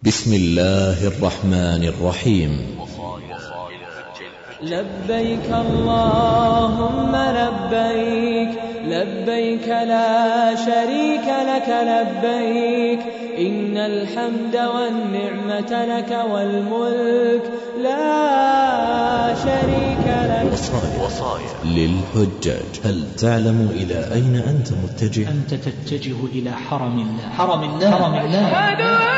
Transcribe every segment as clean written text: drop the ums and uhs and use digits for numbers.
بسم الله الرحمن الرحيم. لبيك اللهم لبيك، لبيك لا شريك لك لبيك، إن الحمد والنعمة لك والملك لا شريك لك. وصايا للحجاج: هل تعلم إلى أين أنت متجه؟ أنت تتجه إلى حرم الله، حرم الله، حرم الله.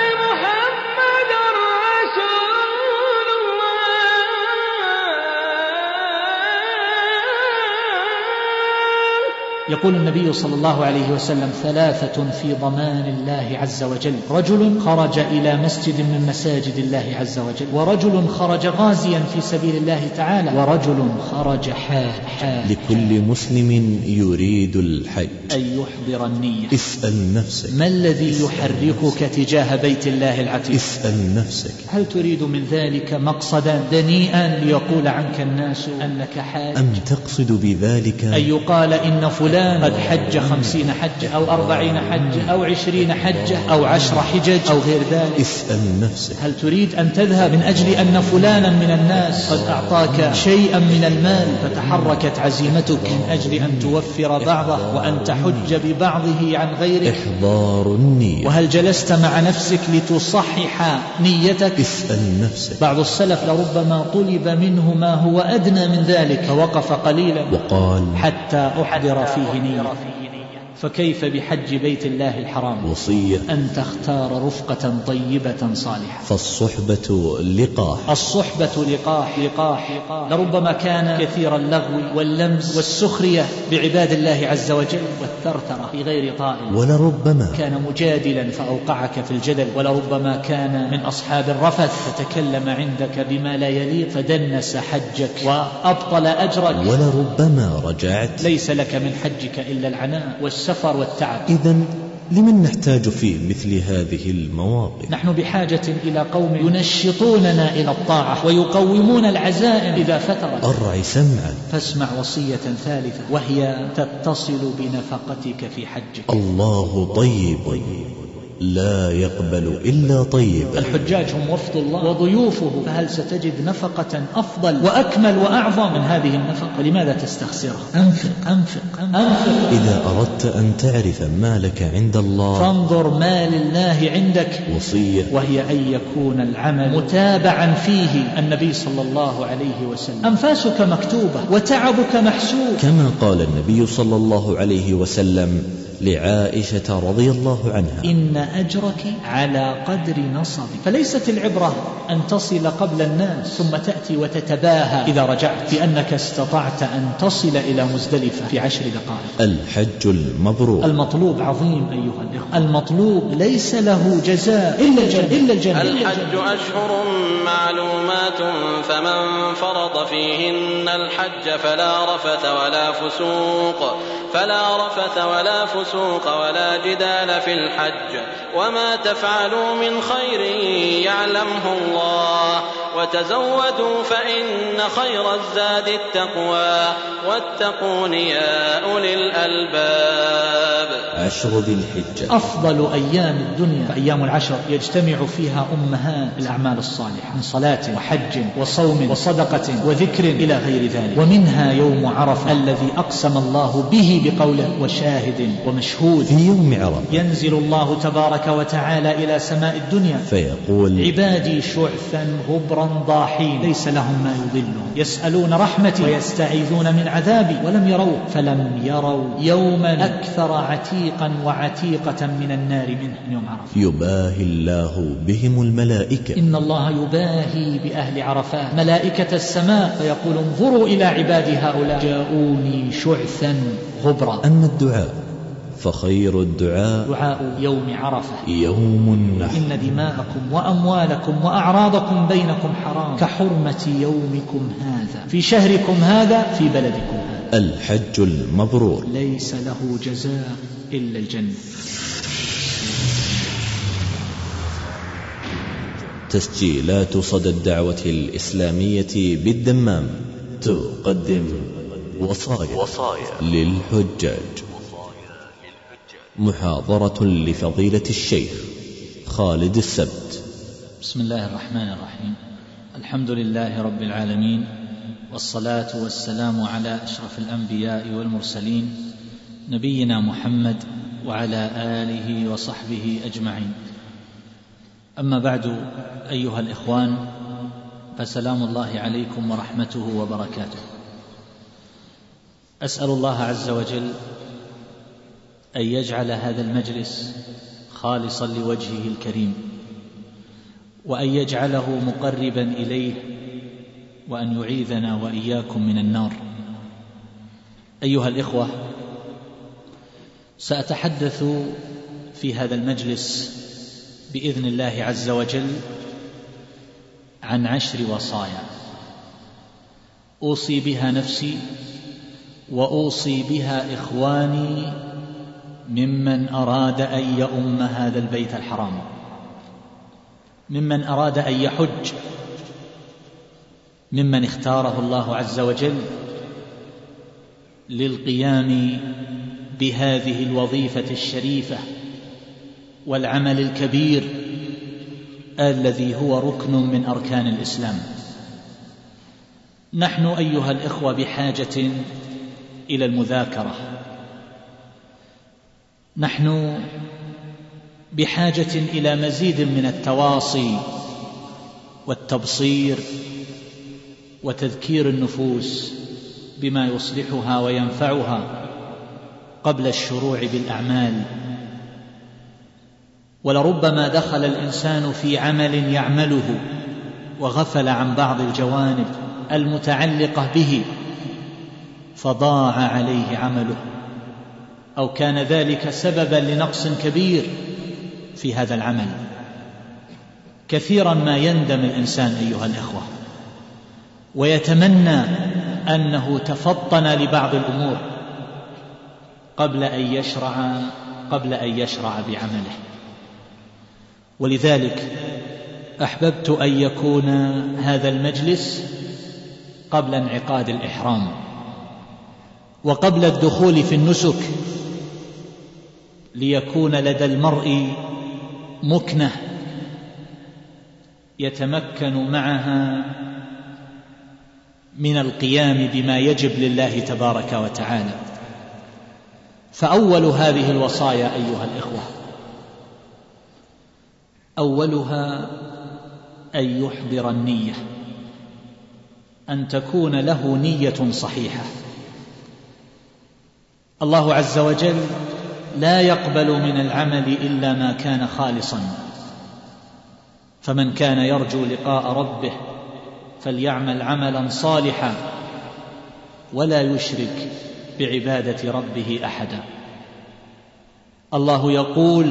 يقول النبي صلى الله عليه وسلم: ثلاثة في ضمان الله عز وجل: رجل خرج إلى مسجد من مساجد الله عز وجل، ورجل خرج غازيا في سبيل الله تعالى، ورجل خرج حاجا. لكل مسلم يريد الحج أن يحضر النية. اسأل نفسك: ما الذي يحركك تجاه بيت الله العتيق؟ اسأل نفسك: هل تريد من ذلك مقصدا دنيئا ليقول عنك الناس أنك حاج؟ أم تقصد بذلك أن يقال إن فلان قد حج 50 حجة أو 40 حجة أو 20 حجة أو 10 حجج أو غير ذلك؟ اسأل نفسك: هل تريد أن تذهب من أجل أن فلانا من الناس قد أعطاك شيئا من المال فتحركت عزيمتك من أجل أن توفر بعضه وأن تحج ببعضه عن غيرك؟ إحضار النية. وهل جلست مع نفسك لتصحح نيتك؟ اسأل نفسك. بعض السلف لربما طلب منه ما هو أدنى من ذلك فوقف قليلا وقال: حتى أحضر فيه نية. فكيف بحج بيت الله الحرام؟ وصية: أن تختار رفقة طيبة صالحة. فالصحبة لقاح. الصحبة لقاح. لربما كان كثير اللغو واللمز والسخرية بعباد الله عز وجل والثرثرة في غير طائل، ولربما كان مجادلا فأوقعك في الجدل، ولربما كان من أصحاب الرفث فتكلم عندك بما لا يليق فدنس حجك وأبطل أجرك، ولربما رجعت ليس لك من حجك إلا العناء والسفر والتعب. إذن لمن نحتاج في مثل هذه المواقف؟ نحن بحاجة إلى قوم ينشطوننا إلى الطاعة ويقومون العزائم إذا فترت. أرع سمعا. فاسمع وصية ثالثة، وهي تتصل بنفقتك في حجك. الله طيب لا يقبل إلا طيب. الحجاج هم وفد الله وضيوفه، فهل ستجد نفقة أفضل وأكمل وأعظم من هذه النفقة؟ لماذا تستخسرها؟ أنفق. إذا أردت أن تعرف مالك عند الله فانظر ما لله عندك. وصية، وهي أن يكون العمل متابعا فيه النبي صلى الله عليه وسلم. أنفاسك مكتوبة وتعبك محسوب، كما قال النبي صلى الله عليه وسلم لعائشة رضي الله عنها: إن أجرك على قدر نصبك. فليست العبرة أن تصل قبل الناس ثم تأتي وتتباهى إذا رجعت بأنك استطعت أن تصل إلى مزدلفة في 10 دقائق. الحج المبرور. المطلوب عظيم أيها الإخوة، المطلوب ليس له جزاء إلا الجنة. الحج أشهر معلومات، فمن فرض فيهن الحج فلا رفث ولا فسوق ولا جدال في الحج، وما تفعلوا من خير يعلمه الله، وتزودوا فإن خير الزاد التقوى، واتقون يا أولي الألباب. 10 ذي الحجة أفضل أيام الدنيا، فأيام العشر يجتمع فيها أمهات الأعمال الصالحة من صلاة وحج وصوم وصدقة وذكر إلى غير ذلك. ومنها يوم عرفة الذي أقسم الله به بقوله: وشاهد ومشهود. في يوم عرفة ينزل الله تبارك وتعالى إلى سماء الدنيا فيقول: عبادي شعثا غبرا ضاحين ليس لهم ما يضلهم، يسألون رحمتي ويستعيذون من عذابي ولم يروا، فلم يروا يوما أكثر عتيقا وعتيقة من النار منه يوم عرفة. يباهي الله بهم الملائكة. إن الله يباهي بأهل عرفات ملائكة السماء فيقول: انظروا إلى عبادي هؤلاء جاءوني شعثا غبرا. أما الدعاء فخير الدعاء دعاء يوم عرفة، يوم النحر. إن دماءكم وأموالكم وأعراضكم بينكم حرام كحرمة يومكم هذا في شهركم هذا في بلدكم هذا. الحج المبرور ليس له جزاء إلا الجنة. تسجيلات صدى الدعوة الإسلامية بالدمام تقدم وصايا للحجاج. محاضرة لفضيلة الشيخ خالد السبت. بسم الله الرحمن الرحيم. الحمد لله رب العالمين، والصلاة والسلام على أشرف الأنبياء والمرسلين نبينا محمد وعلى آله وصحبه أجمعين. أما بعد، أيها الإخوان، فسلام الله عليكم ورحمته وبركاته. أسأل الله عز وجل أن يجعل هذا المجلس خالصا لوجهه الكريم، وأن يجعله مقربا إليه، وأن يعيذنا وإياكم من النار. أيها الإخوة، سأتحدث في هذا المجلس بإذن الله عز وجل عن 10 وصايا أوصي بها نفسي وأوصي بها إخواني ممن أراد أن يؤم هذا البيت الحرام، ممن أراد أن يحج، ممن اختاره الله عز وجل للقيام بهذه الوظيفة الشريفة والعمل الكبير الذي هو ركن من أركان الإسلام. نحن أيها الإخوة بحاجة إلى المذاكرة، نحن بحاجة إلى مزيد من التواصي والتبصير وتذكير النفوس بما يصلحها وينفعها قبل الشروع بالأعمال. ولربما دخل الإنسان في عمل يعمله وغفل عن بعض الجوانب المتعلقة به فضاع عليه عمله، أو كان ذلك سببا لنقص كبير في هذا العمل. كثيرا ما يندم الإنسان أيها الإخوة ويتمنى أنه تفطن لبعض الأمور قبل أن يشرع بعمله. ولذلك أحببت أن يكون هذا المجلس قبل انعقاد الإحرام وقبل الدخول في النسك، ليكون لدى المرء مكنة يتمكن معها من القيام بما يجب لله تبارك وتعالى. فأول هذه الوصايا أيها الإخوة، أولها أن يحضر النية، أن تكون له نية صحيحة. الله عز وجل لا يقبل من العمل إلا ما كان خالصا، فمن كان يرجو لقاء ربه فليعمل عملا صالحا ولا يشرك بعبادة ربه أحدا. الله يقول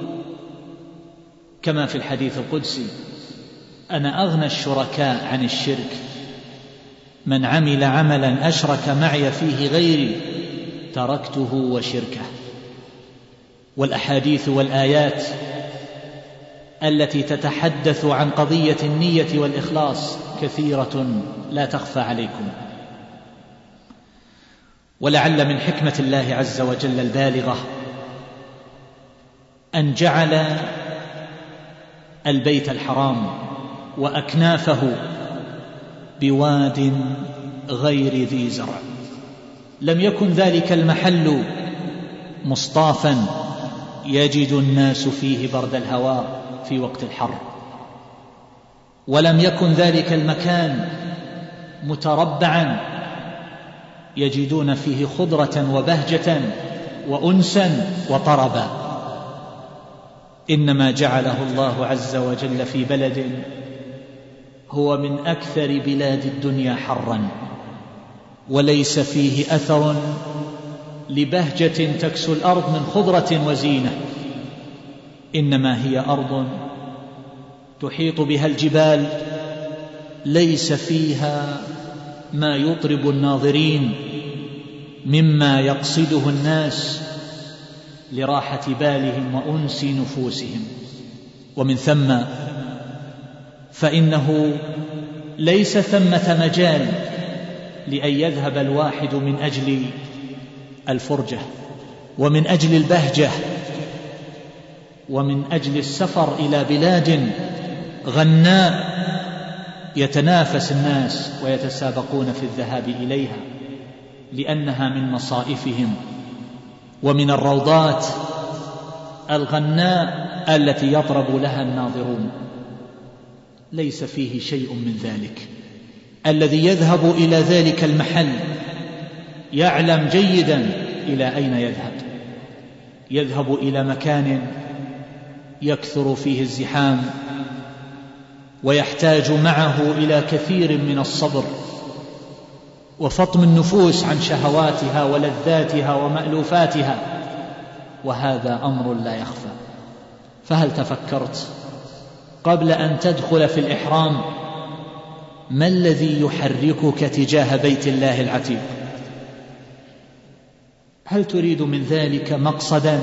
كما في الحديث القدسي: أنا أغنى الشركاء عن الشرك، من عمل عملا أشرك معي فيه غيري تركته وشركه. والأحاديث والآيات التي تتحدث عن قضية النية والإخلاص كثيرة لا تخفى عليكم. ولعل من حكمة الله عز وجل البالغة أن جعل البيت الحرام وأكنافه بواد غير ذي زرع. لم يكن ذلك المحل مصطافا يجد الناس فيه برد الهواء في وقت الحر، ولم يكن ذلك المكان متربعا يجدون فيه خضرة وبهجة وأنسا وطربا. إنما جعله الله عز وجل في بلد هو من أكثر بلاد الدنيا حرا، وليس فيه أثر لبهجة تكسو الأرض من خضرة وزينة، إنما هي أرض تحيط بها الجبال ليس فيها ما يطرب الناظرين مما يقصده الناس لراحة بالهم وأنس نفوسهم. ومن ثم فإنه ليس ثمة مجال لأن يذهب الواحد من أجل الفرجة ومن أجل البهجة ومن أجل السفر إلى بلاد غناء يتنافس الناس ويتسابقون في الذهاب إليها، لأنها من مصائفهم ومن الروضات الغناء التي يطرب لها الناظرون. ليس فيه شيء من ذلك. الذي يذهب إلى ذلك المحل يعلم جيدا إلى أين يذهب. يذهب إلى مكان يكثر فيه الزحام، ويحتاج معه إلى كثير من الصبر وفطم النفوس عن شهواتها ولذاتها ومألوفاتها، وهذا أمر لا يخفى. فهل تفكرت قبل أن تدخل في الإحرام ما الذي يحركك تجاه بيت الله العتيق؟ هل تريد من ذلك مقصدا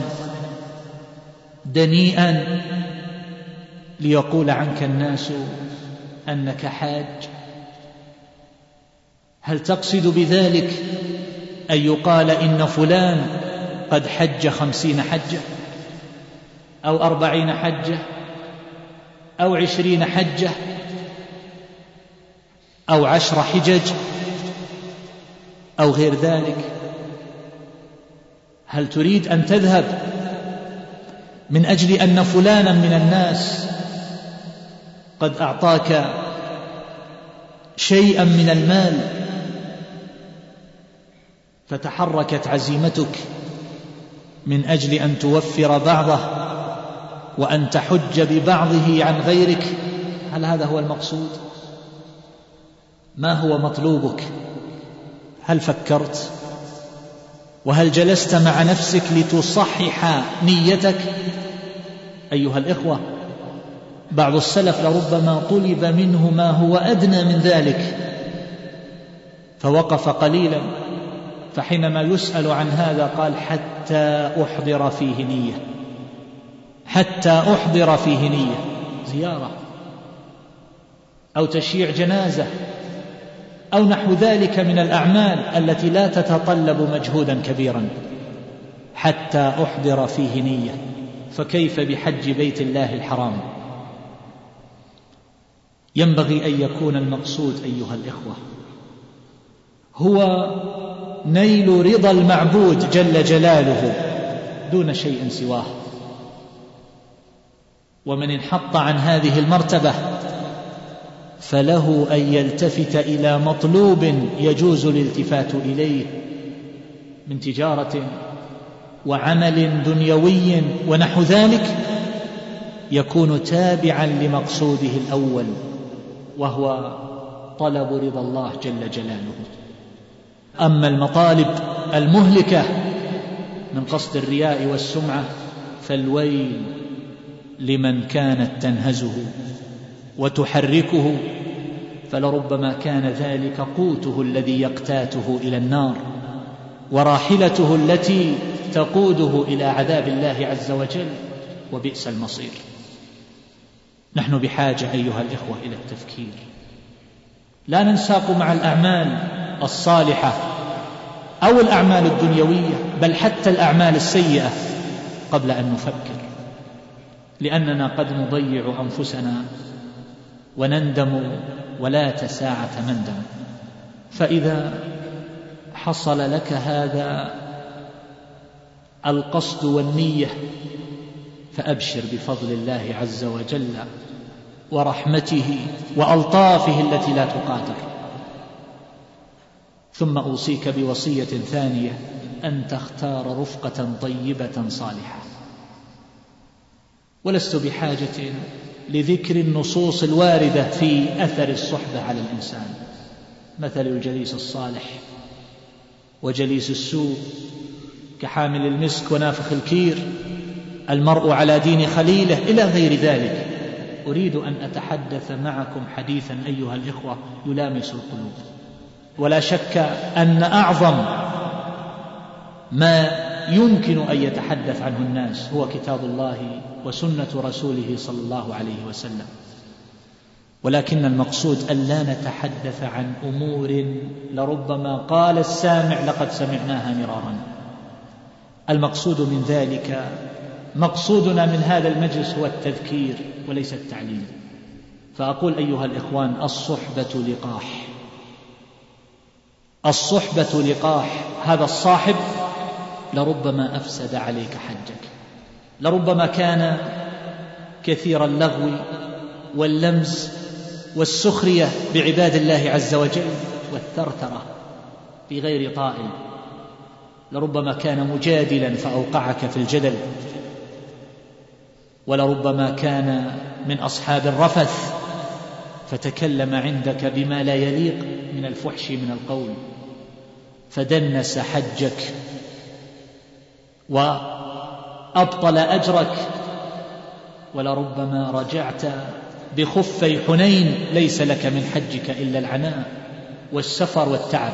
دنيئا ليقول عنك الناس أنك حاج؟ هل تقصد بذلك أن يقال إن فلان قد حج 50 حجة أو 40 حجة أو 20 حجة أو 10 حجج أو غير ذلك؟ هل تريد أن تذهب من أجل أن فلانا من الناس قد أعطاك شيئا من المال فتحركت عزيمتك من أجل أن توفر بعضه وأن تحج ببعضه عن غيرك؟ هل هذا هو المقصود؟ ما هو مطلوبك؟ هل فكرت؟ وهل جلست مع نفسك لتصحح نيتك؟ أيها الإخوة، بعض السلف لربما طلب منه ما هو أدنى من ذلك فوقف قليلا، فحينما يسأل عن هذا قال حتى أحضر فيه نية، حتى أحضر فيه نية، زيارة أو تشييع جنازة أو نحو ذلك من الأعمال التي لا تتطلب مجهودا كبيرا، حتى أحضر فيه نية. فكيف بحج بيت الله الحرام؟ ينبغي أن يكون المقصود أيها الإخوة هو نيل رضا المعبود جل جلاله دون شيء سواه. ومن انحط عن هذه المرتبة فله أن يلتفت إلى مطلوب يجوز الالتفات إليه من تجارة وعمل دنيوي ونحو ذلك، يكون تابعا لمقصوده الأول وهو طلب رضا الله جل جلاله. أما المطالب المهلكة من قصد الرياء والسمعة فالويل لمن كانت تنهزه وتحركه، فلربما كان ذلك قوته الذي يقتاته إلى النار وراحلته التي تقوده إلى عذاب الله عز وجل، وبئس المصير. نحن بحاجة أيها الإخوة إلى التفكير، لا ننساق مع الأعمال الصالحة أو الأعمال الدنيوية، بل حتى الأعمال السيئة قبل أن نفكر، لأننا قد نضيع أنفسنا ونندم ولا تساعة مندم. فإذا حصل لك هذا القصد والنية فأبشر بفضل الله عز وجل ورحمته وألطافه التي لا تقادر. ثم أوصيك بوصية ثانية، أن تختار رفقة طيبة صالحة. ولست بحاجة لذكر النصوص الواردة في أثر الصحبة على الإنسان، مثل الجليس الصالح وجليس السوء كحامل المسك ونافخ الكير، المرء على دين خليله، إلى غير ذلك. أريد أن أتحدث معكم حديثا أيها الإخوة يلامس القلوب، ولا شك أن أعظم ما يمكن أن يتحدث عنه الناس هو كتاب الله وسنة رسوله صلى الله عليه وسلم، ولكن المقصود أن لا نتحدث عن أمور لربما قال السامع لقد سمعناها مرارا. المقصود من ذلك مقصودنا من هذا المجلس هو التذكير وليس التعليم. فأقول أيها الإخوان: الصحبة لقاح، الصحبة لقاح. هذا الصاحب لربما أفسد عليك حجك، لربما كان كثير اللغو واللمز والسخرية بعباد الله عز وجل والثرثرة بغير طائل، لربما كان مجادلا فأوقعك في الجدل، ولربما كان من أصحاب الرفث فتكلم عندك بما لا يليق من الفحش من القول فدنس حجك وأبطل أجرك، ولربما رجعت بخفي حنين ليس لك من حجك إلا العناء والسفر والتعب.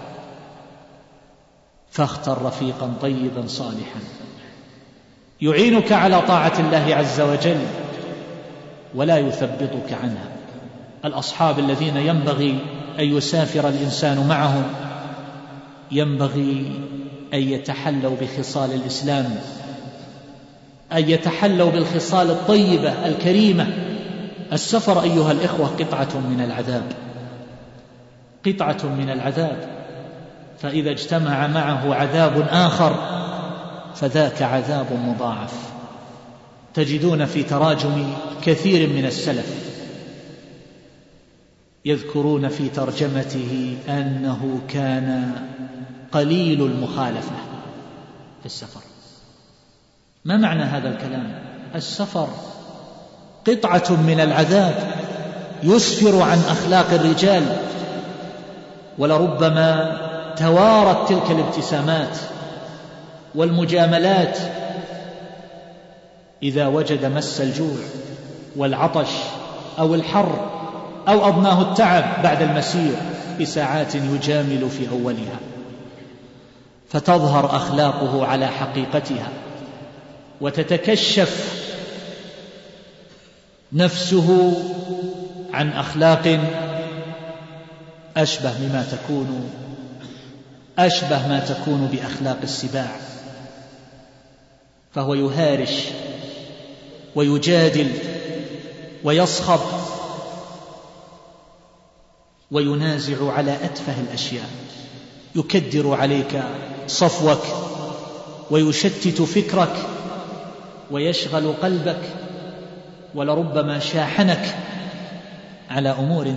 فاختر رفيقا طيبا صالحا يعينك على طاعة الله عز وجل ولا يثبطك عنها. الأصحاب الذين ينبغي أن يسافر الإنسان معهم ينبغي أن يتحلوا بخصال الإسلام، أن يتحلوا بالخصال الطيبة الكريمة. السفر أيها الإخوة قطعة من العذاب، قطعة من العذاب، فإذا اجتمع معه عذاب آخر فذاك عذاب مضاعف. تجدون في تراجم كثير من السلف يذكرون في ترجمته أنه كان قليل المخالفة في السفر. ما معنى هذا الكلام؟ السفر قطعة من العذاب يسفر عن أخلاق الرجال، ولربما توارت تلك الابتسامات والمجاملات إذا وجد مس الجوع والعطش أو الحر أو أضناه التعب بعد المسير بساعات يجامل في أولها، فتظهر أخلاقه على حقيقتها وتتكشف نفسه عن أخلاق أشبه ما تكون بأخلاق السباع، فهو يهارش ويجادل ويصخب وينازع على أتفه الأشياء، يكدر عليك صفوك ويشتت فكرك ويشغل قلبك، ولربما شاحنك على أمور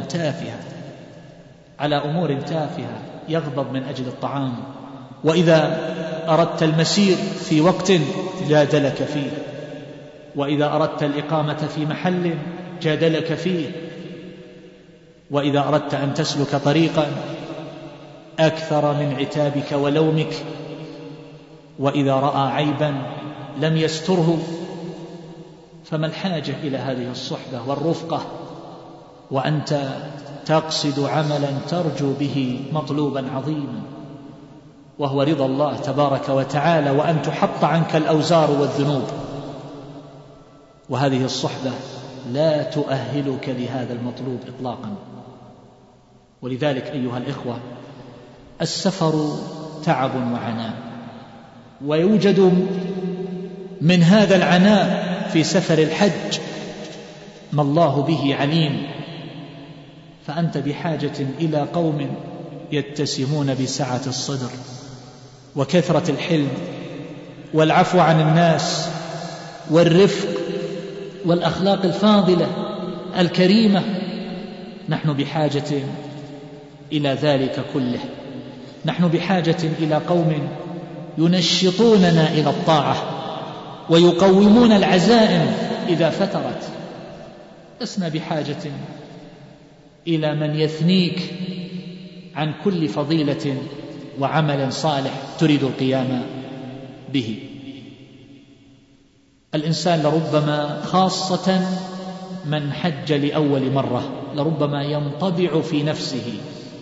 تافهة، يغضب من أجل الطعام، وإذا أردت المسير في وقت جادلك فيه، وإذا أردت الإقامة في محل جادلك فيه، وإذا أردت أن تسلك طريقا أكثر من عتابك ولومك، وإذا رأى عيبا لم يستره. فما الحاجة إلى هذه الصحبة والرفقة وأنت تقصد عملا ترجو به مطلوبا عظيما وهو رضا الله تبارك وتعالى، وأن تحط عنك الأوزار والذنوب؟ وهذه الصحبة لا تؤهلك لهذا المطلوب إطلاقا. ولذلك أيها الإخوة، السفر تعب وعناء، ويوجد من هذا العناء في سفر الحج ما الله به عليم. فأنت بحاجة إلى قوم يتسمون بسعة الصدر وكثرة الحلم والعفو عن الناس والرفق والأخلاق الفاضلة الكريمة. نحن بحاجة إلى ذلك كله. نحن بحاجة إلى قوم ينشطوننا إلى الطاعة ويقومون العزائم إذا فترت. لسنا بحاجة إلى من يثنيك عن كل فضيلة وعمل صالح تريد القيام به. الإنسان لربما، خاصة من حج لأول مرة، لربما ينطبع في نفسه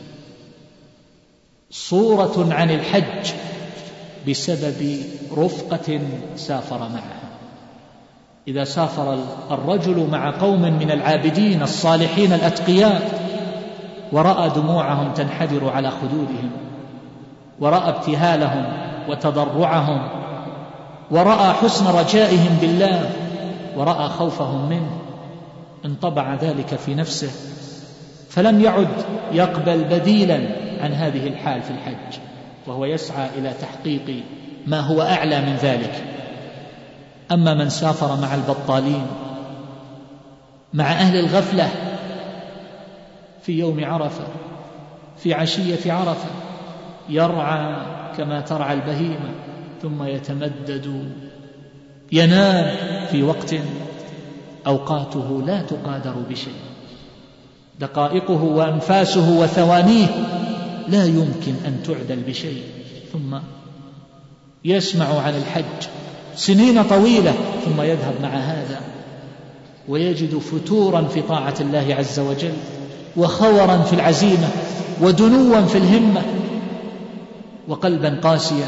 صورة عن الحج بسبب رفقة سافر معها. إذا سافر الرجل مع قوم من العابدين الصالحين الأتقياء ورأى دموعهم تنحدر على خدودهم، ورأى ابتهالهم وتضرعهم ورأى حسن رجائهم بالله ورأى خوفهم منه، انطبع ذلك في نفسه، فلم يعد يقبل بديلا عن هذه الحال في الحج، وهو يسعى إلى تحقيق ما هو أعلى من ذلك. أما من سافر مع البطالين، مع أهل الغفلة، في يوم عرفة، في عشية عرفة، يرعى كما ترعى البهيمة، ثم يتمدد، ينام في وقت أوقاته لا تقادر بشيء، دقائقه وأنفاسه وثوانيه لا يمكن أن تعدل بشيء، ثم يسمع عن الحج سنين طويلة، ثم يذهب مع هذا ويجد فتورا في طاعة الله عز وجل، وخورا في العزيمة، ودنوا في الهمة، وقلبا قاسيا،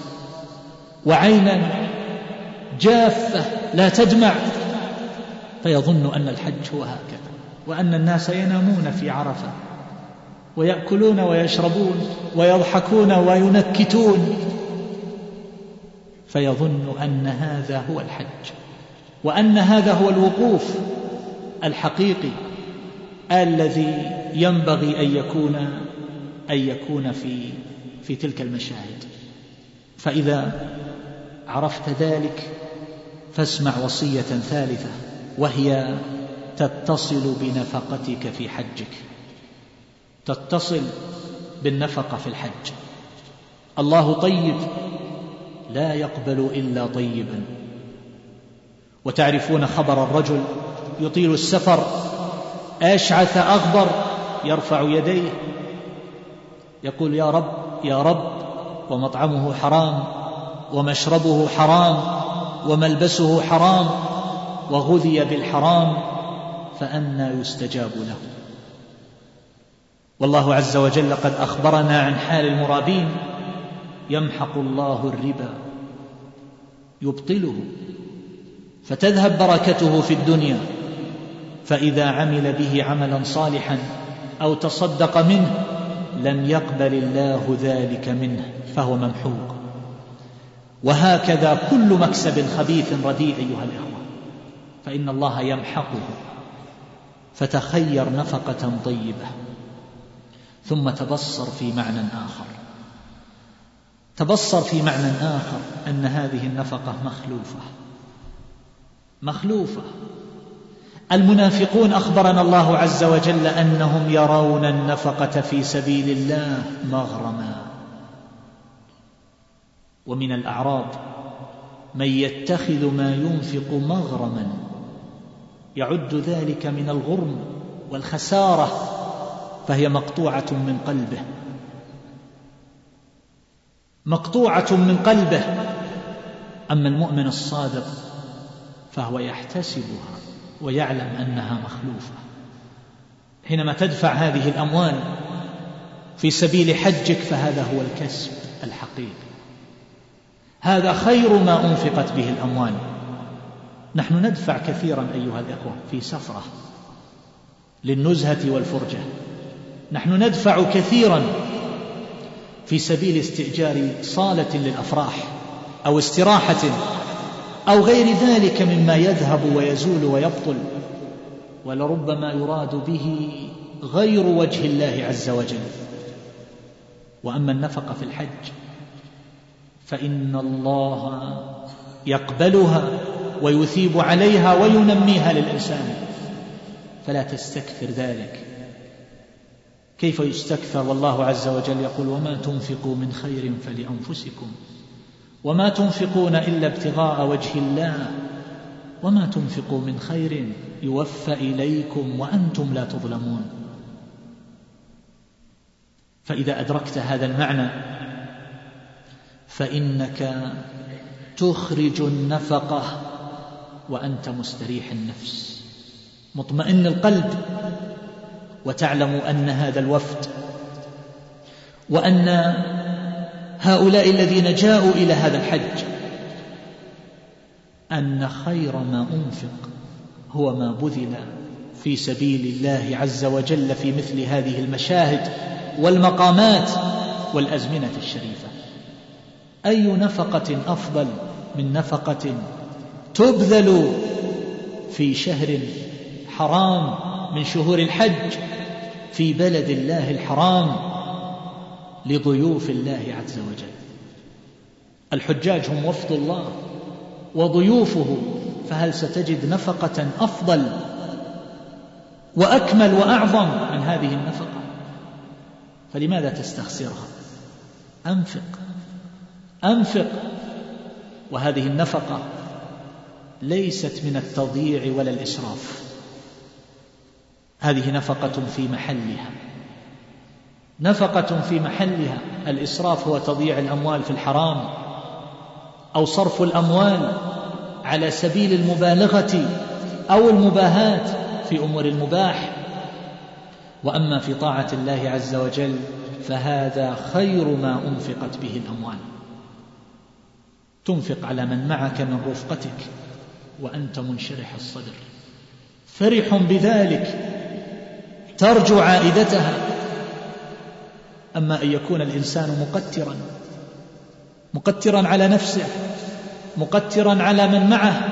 وعينا جافة لا تدمع، فيظن أن الحج هو هكذا، وأن الناس ينامون في عرفة ويأكلون ويشربون ويضحكون وينكتون، فيظن أن هذا هو الحج، وأن هذا هو الوقوف الحقيقي الذي ينبغي أن يكون في تلك المشاهد. فإذا عرفت ذلك فاسمع وصية ثالثة، وهي تتصل بنفقتك في حجك، تتصل بالنفقة في الحج. الله طيب لا يقبل إلا طيبا. وتعرفون خبر الرجل يطيل السفر أشعث أغبر، يرفع يديه يقول يا رب يا رب، ومطعمه حرام، ومشربه حرام، وملبسه حرام، وغذي بالحرام، فأنى يستجاب له؟ والله عز وجل قد أخبرنا عن حال المرابين: يمحق الله الربا يبطله، فتذهب بركته في الدنيا، فإذا عمل به عملا صالحا أو تصدق منه لم يقبل الله ذلك منه، فهو ممحوق. وهكذا كل مكسب خبيث رديء أيها الإخوة، فإن الله يمحقه. فتخير نفقة طيبة، ثم تبصر في معنى آخر، تبصر في معنى آخر، أن هذه النفقة مخلوفة. المنافقون أخبرنا الله عز وجل أنهم يرون النفقة في سبيل الله مغرما. ومن الأعراب من يتخذ ما ينفق مغرما، يعد ذلك من الغرم والخسارة، فهي مقطوعة من قلبه، مقطوعة من قلبه. أما المؤمن الصادق فهو يحتسبها ويعلم أنها مخلوفة. حينما تدفع هذه الأموال في سبيل حجك فهذا هو الكسب الحقيقي، هذا خير ما أنفقت به الأموال. نحن ندفع كثيرا أيها الأخوة في سفرة للنزهة والفرجة، نحن ندفع كثيرا في سبيل استئجار صالة للأفراح أو استراحة أو غير ذلك مما يذهب ويزول ويبطل، ولربما يراد به غير وجه الله عز وجل. وأما النفقة في الحج فإن الله يقبلها ويثيب عليها وينميها للإنسان، فلا تستكثر ذلك. كيف يستكثر والله عز وجل يقول: وما تنفقوا من خير فلأنفسكم وما تنفقون إلا ابتغاء وجه الله وما تنفقوا من خير يوفى إليكم وأنتم لا تظلمون. فإذا أدركت هذا المعنى فإنك تخرج النفقة وأنت مستريح النفس مطمئن القلب، وتعلم أن هذا الوفد وأن هؤلاء الذين جاءوا إلى هذا الحج أن خير ما أنفق هو ما بذل في سبيل الله عز وجل في مثل هذه المشاهد والمقامات والأزمنة الشريفة. أي نفقة أفضل من نفقة تبذل في شهر حرام من شهور الحج في بلد الله الحرام لضيوف الله عز وجل. الحجاج هم وفد الله وضيوفه، فهل ستجد نفقة أفضل وأكمل وأعظم من هذه النفقة؟ فلماذا تستخسرها؟ أنفق. وهذه النفقة ليست من التضييع ولا الإسراف، هذه نفقة في محلها. الإسراف هو تضييع الأموال في الحرام أو صرف الأموال على سبيل المبالغة أو المباهاة في أمور المباح. وأما في طاعة الله عز وجل فهذا خير ما أنفقت به الأموال. تنفق على من معك من رفقتك وأنت منشرح الصدر فرح بذلك ترجو عائدتها. أما أن يكون الإنسان مقترا على نفسه، مقترا على من معه،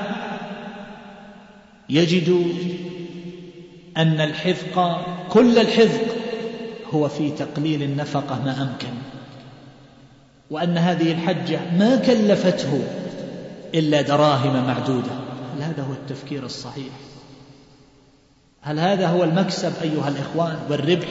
يجد أن الحذق كل الحذق هو في تقليل النفقة ما أمكن، وأن هذه الحجة ما كلفته إلا دراهم معدودة. هل هذا هو التفكير الصحيح؟ هل هذا هو المكسب أيها الإخوان والربح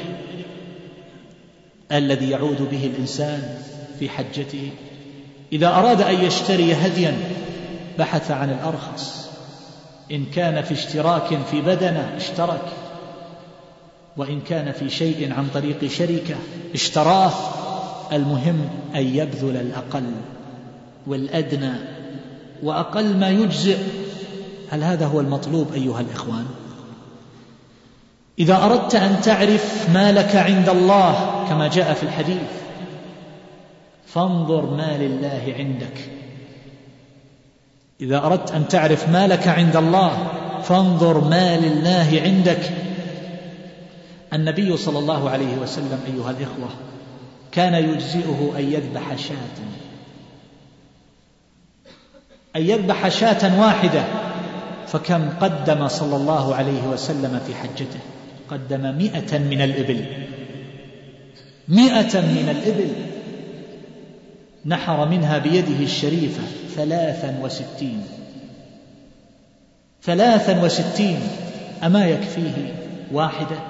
الذي يعود به الإنسان في حجته؟ إذا أراد أن يشتري هديا بحث عن الأرخص، إن كان في اشتراك في بدنه اشترك، وإن كان في شيء عن طريق شركة اشتراه. المهم أن يبذل الأقل والأدنى وأقل ما يجزئ. هل هذا هو المطلوب أيها الإخوان؟ إذا أردت أن تعرف ما لك عند الله كما جاء في الحديث فانظر ما لله عندك. إذا أردت أن تعرف ما لك عند الله فانظر ما لله عندك. النبي صلى الله عليه وسلم أيها الإخوة كان يجزئه أن يذبح شاة واحدة، فكم قدم صلى الله عليه وسلم في حجته؟ قدم 100 من الإبل، 100 من الإبل، نحر منها بيده الشريفة 63. أما يكفيه واحدة؟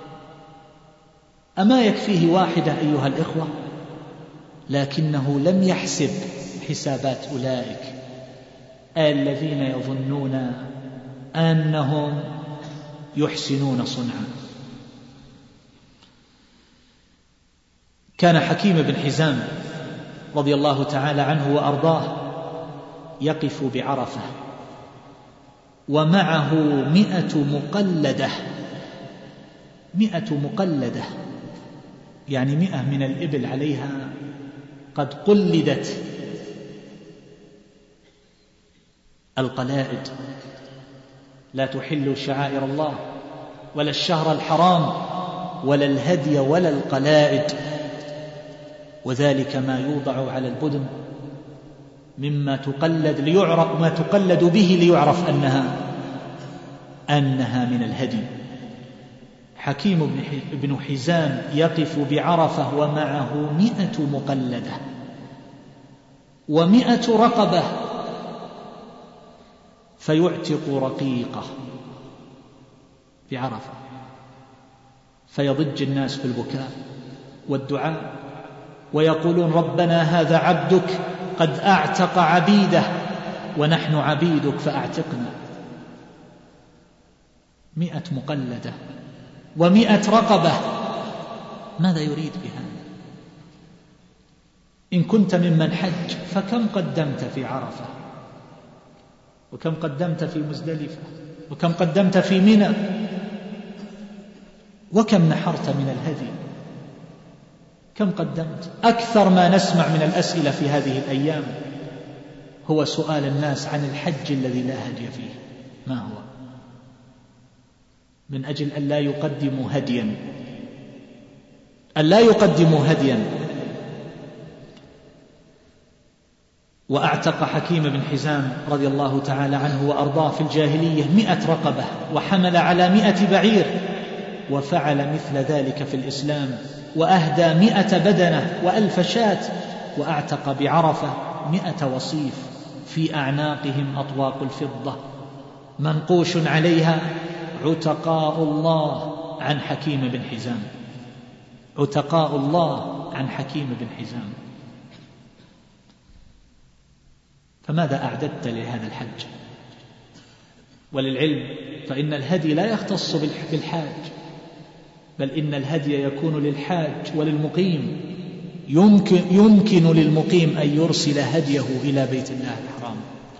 أيها الإخوة؟ لكنه لم يحسب حسابات أولئك الذين يظنون أنهم يحسنون صنعا. كان حكيم بن حزام رضي الله تعالى عنه وأرضاه يقف بعرفة ومعه 100 مقلدة، يعني 100 من الإبل عليها قد قلدت القلائد. لا تحل شعائر الله ولا الشهر الحرام ولا الهدي ولا القلائد، وذلك ما يوضع على البدن مما تقلد ليعرف ما تقلد به ليعرف أنها من الهدي. حكيم بن حزام يقف بعرفة ومعه 100 مقلدة و100 رقبة، فيعتق رقيقة بعرفة، فيضج الناس بالبكاء والدعاء ويقولون ربنا هذا عبدك قد أعتق عبيده ونحن عبيدك فأعتقنا. 100 مقلدة و100 رقبة، ماذا يريد بهذا؟ إن كنت ممن حج فكم قدمت في عرفة، وكم قدمت في مزدلفة، وكم قدمت في منى، وكم نحرت من الهدي، كم قدمت؟ أكثر ما نسمع من الأسئلة في هذه الأيام هو سؤال الناس عن الحج الذي لا هدي فيه، ما هو؟ من أجل أن لا يقدموا هديا. وأعتق حكيم بن حزام رضي الله تعالى عنه وأرضاه في الجاهلية 100 رقبة، وحمل على 100 بعير، وفعل مثل ذلك في الإسلام، وأهدى 100 بدنة و1000 شاة، وأعتق بعرفة 100 وصيف في أعناقهم أطواق الفضة منقوش عليها عتقاء الله عن حكيم بن حزام. عتقاء الله عن حكيم بن حزام. فماذا أعددت لهذا الحج؟ وللعلم فإن الهدي لا يختص بالحاج، بل إن الهدي يكون للحاج وللمقيم. يمكن للمقيم أن يرسل هديه إلى بيت الله الحرام،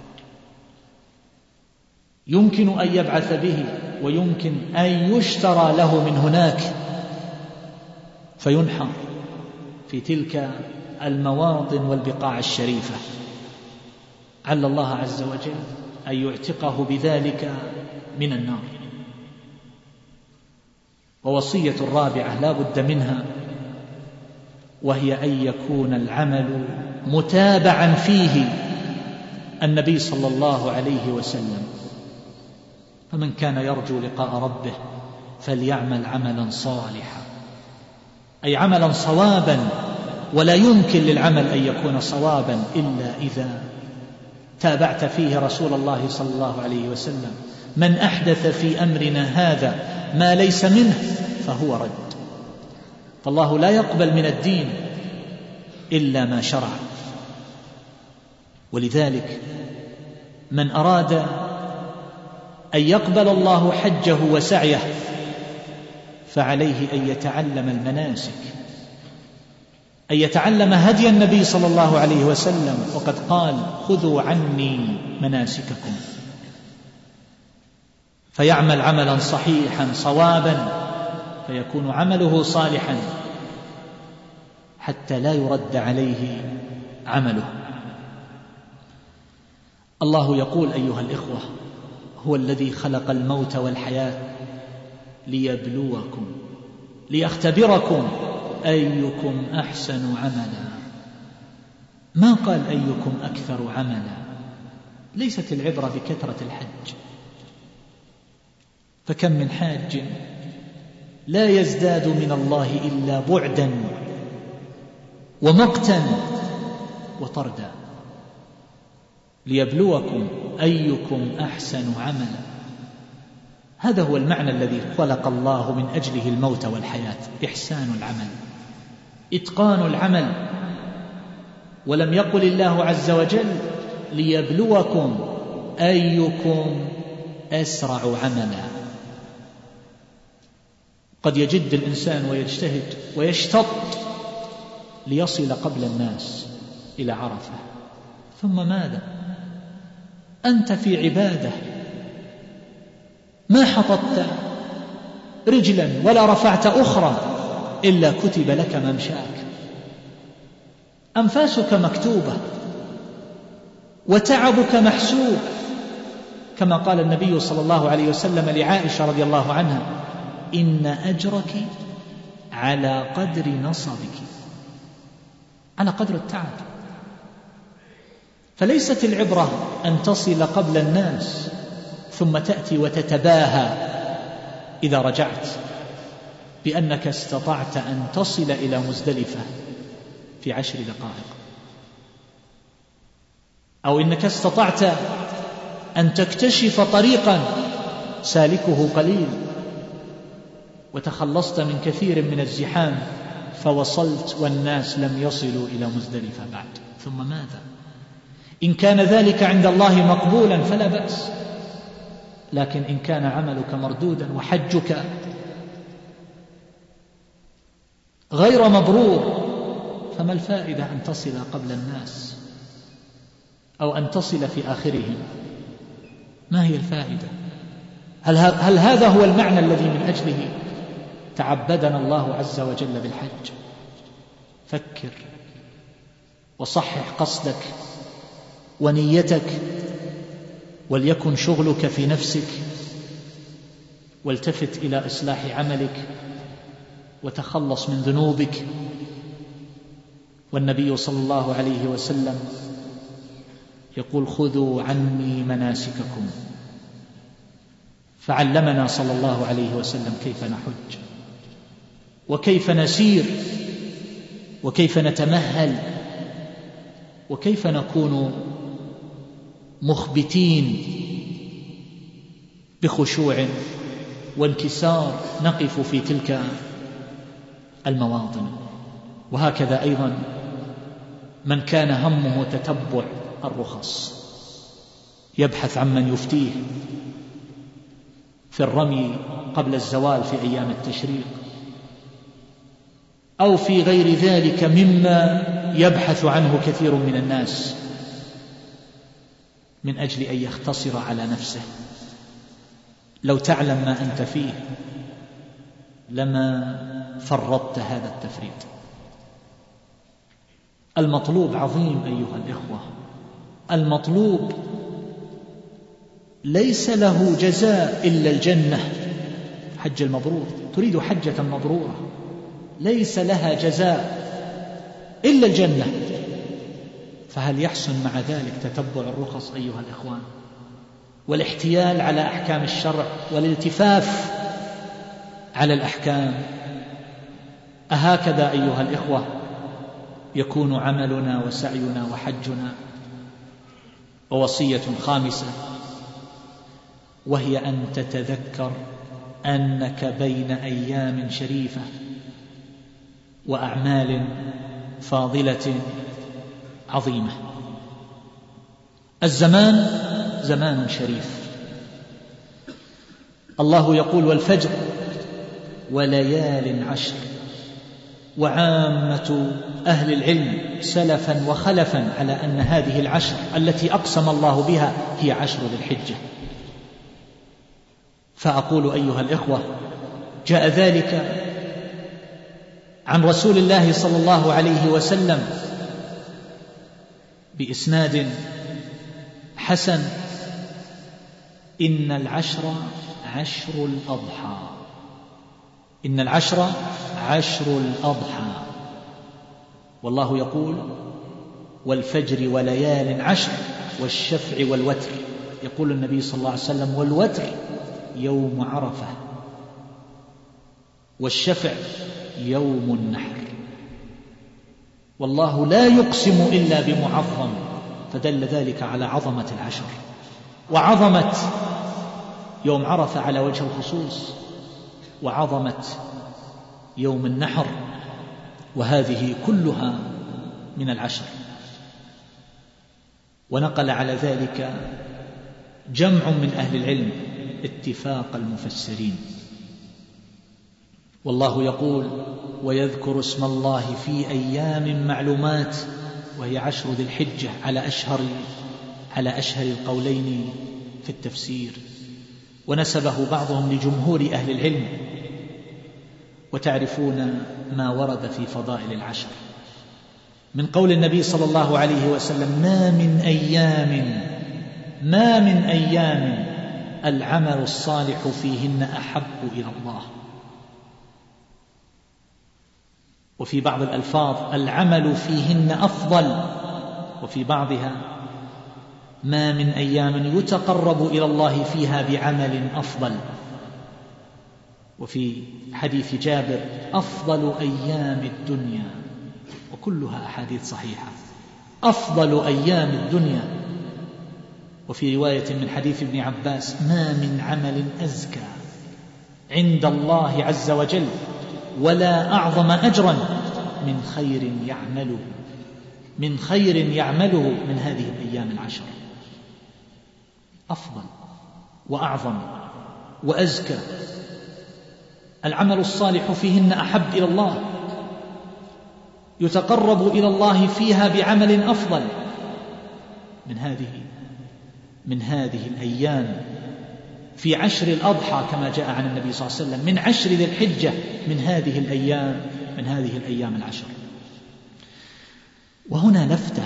يمكن أن يبعث به، ويمكن أن يشترى له من هناك فينحر في تلك المواطن والبقاع الشريفة. عل الله عز وجل أن يعتقه بذلك من النار. ووصية الرابعة لا بد منها، وهي أن يكون العمل متابعا فيه النبي صلى الله عليه وسلم. فمن كان يرجو لقاء ربه فليعمل عملا صالحا، أي عملا صوابا. ولا يمكن للعمل أن يكون صوابا إلا إذا تابعت فيه رسول الله صلى الله عليه وسلم. من أحدث في أمرنا هذا ما ليس منه فهو رد. فالله لا يقبل من الدين إلا ما شرع. ولذلك من أراد أن يقبل الله حجه وسعيه فعليه أن يتعلم المناسك، أن يتعلم هدي النبي صلى الله عليه وسلم. وقد قال: خذوا عني مناسككم. فيعمل عملا صحيحا صوابا، فيكون عمله صالحا حتى لا يرد عليه عمله. الله يقول: أيها الإخوة، هو الذي خلق الموت والحياة ليبلوكم ليختبركم أيكم أحسن عملا. ما قال أيكم أكثر عملا. ليست العبرة بكثرة الحج، فكم من حاج لا يزداد من الله إلا بعدا ومقتا وطردا. ليبلوكم أيكم أحسن عملا. هذا هو المعنى الذي خلق الله من أجله الموت والحياة: إحسان العمل، إتقان العمل. ولم يقل الله عز وجل: ليبلوكم أيكم أسرع عملا. قد يجد الإنسان ويجتهد ويشتط ليصل قبل الناس إلى عرفة، ثم ماذا؟ أنت في عبادة، ما حطت رجلا ولا رفعت أخرى إلا كتب لك ممشاك. أنفاسك مكتوبة وتعبك محسوب، كما قال النبي صلى الله عليه وسلم لعائشة رضي الله عنها: إن أجرك على قدر نصبك، على قدر التعب. فليست العبرة أن تصل قبل الناس ثم تأتي وتتباهى إذا رجعت بأنك استطعت أن تصل إلى مزدلفة في 10 دقائق، أو إنك استطعت أن تكتشف طريقا سالكه قليل وتخلصت من كثير من الزحام فوصلت والناس لم يصلوا إلى مزدلفة بعد. ثم ماذا؟ إن كان ذلك عند الله مقبولا فلا بأس، لكن إن كان عملك مردودا وحجك غير مبرور فما الفائدة أن تصل قبل الناس أو أن تصل في آخرهم؟ ما هي الفائدة؟ هل هذا هو المعنى الذي من أجله تعبدنا الله عز وجل بالحج؟ فكر وصحح قصدك ونيتك، وليكن شغلك في نفسك، والتفت إلى إصلاح عملك وتخلص من ذنوبك. والنبي صلى الله عليه وسلم يقول خذوا عني مناسككم، فعلمنا صلى الله عليه وسلم كيف نحج وكيف نسير وكيف نتمهل وكيف نكون مخبتين بخشوع وانكسار نقف في تلك المواطن. وهكذا أيضا من كان همه تتبع الرخص يبحث عمن يفتيه في الرمي قبل الزوال في أيام التشريق أو في غير ذلك مما يبحث عنه كثير من الناس من أجل أن يختصر على نفسه. لو تعلم ما أنت فيه لما فرطت هذا التفريط. المطلوب عظيم أيها الإخوة، المطلوب ليس له جزاء إلا الجنة. حج المبرور، تريد حجة مبرورة ليس لها جزاء إلا الجنة، فهل يحسن مع ذلك تتبع الرخص أيها الإخوان والاحتيال على أحكام الشرع والالتفاف على الأحكام؟ أهكذا أيها الإخوة يكون عملنا وسعينا وحجنا؟ ووصية خامسة وهي أن تتذكر أنك بين أيام شريفة وأعمال فاضلة عظيمة. الزمان زمان شريف، الله يقول والفجر وليال عشر، وعامة أهل العلم سلفا وخلفا على أن هذه العشر التي أقسم الله بها هي عشر ذي الحجة. فأقول أيها الإخوة جاء ذلك عن رسول الله صلى الله عليه وسلم بإسناد حسن: إن العشر عشر الأضحى، إن العشر عشر الأضحى. والله يقول والفجر وليال عشر والشفع والوتر. يقول النبي صلى الله عليه وسلم والوتر يوم عرفة والشفع يوم النحر. والله لا يقسم إلا بمعظم، فدل ذلك على عظمة العشر وعظمة يوم عرفة على وجه الخصوص وعظمة يوم النحر، وهذه كلها من العشر. ونقل على ذلك جمع من أهل العلم اتفاق المفسرين. والله يقول ويذكر اسم الله في أيام معلومات، وهي عشر ذي الحجة على أشهر القولين في التفسير، ونسبه بعضهم لجمهور أهل العلم. وتعرفون ما ورد في فضائل العشر من قول النبي صلى الله عليه وسلم ما من أيام العمل الصالح فيهن أحب إلى الله. وفي بعض الألفاظ العمل فيهن أفضل، وفي بعضها ما من أيام يتقرب إلى الله فيها بعمل أفضل. وفي حديث جابر أفضل أيام الدنيا، وكلها أحاديث صحيحة، أفضل أيام الدنيا. وفي رواية من حديث ابن عباس ما من عمل أزكى عند الله عز وجل ولا أعظم أجرا من خير يعمله من هذه الأيام العشر. أفضل وأعظم وأزكى، العمل الصالح فيهن أحب إلى الله، يتقرب إلى الله فيها بعمل أفضل من هذه الأيام في عشر الأضحى كما جاء عن النبي صلى الله عليه وسلم، من عشر ذي الحجة من هذه الأيام العشر. وهنا لفتة،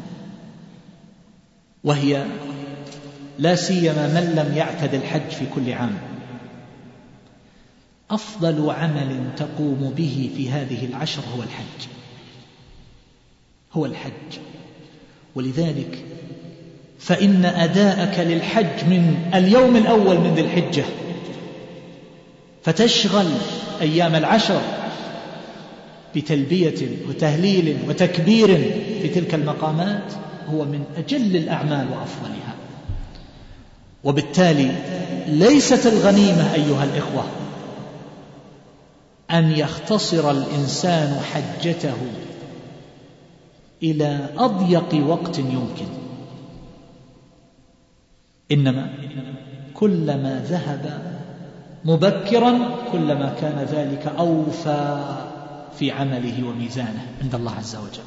وهي لا سيما من لم يعتد الحج في كل عام، أفضل عمل تقوم به في هذه العشر هو الحج. ولذلك فإن أداءك للحج من اليوم الأول من ذي الحجة فتشغل أيام العشر بتلبية وتهليل وتكبير في تلك المقامات هو من أجل الأعمال وأفضلها. وبالتالي ليست الغنيمة أيها الإخوة أن يختصر الإنسان حجته إلى أضيق وقت يمكن، إنما كلما ذهب مبكرا كلما كان ذلك أوفى في عمله وميزانه عند الله عز وجل.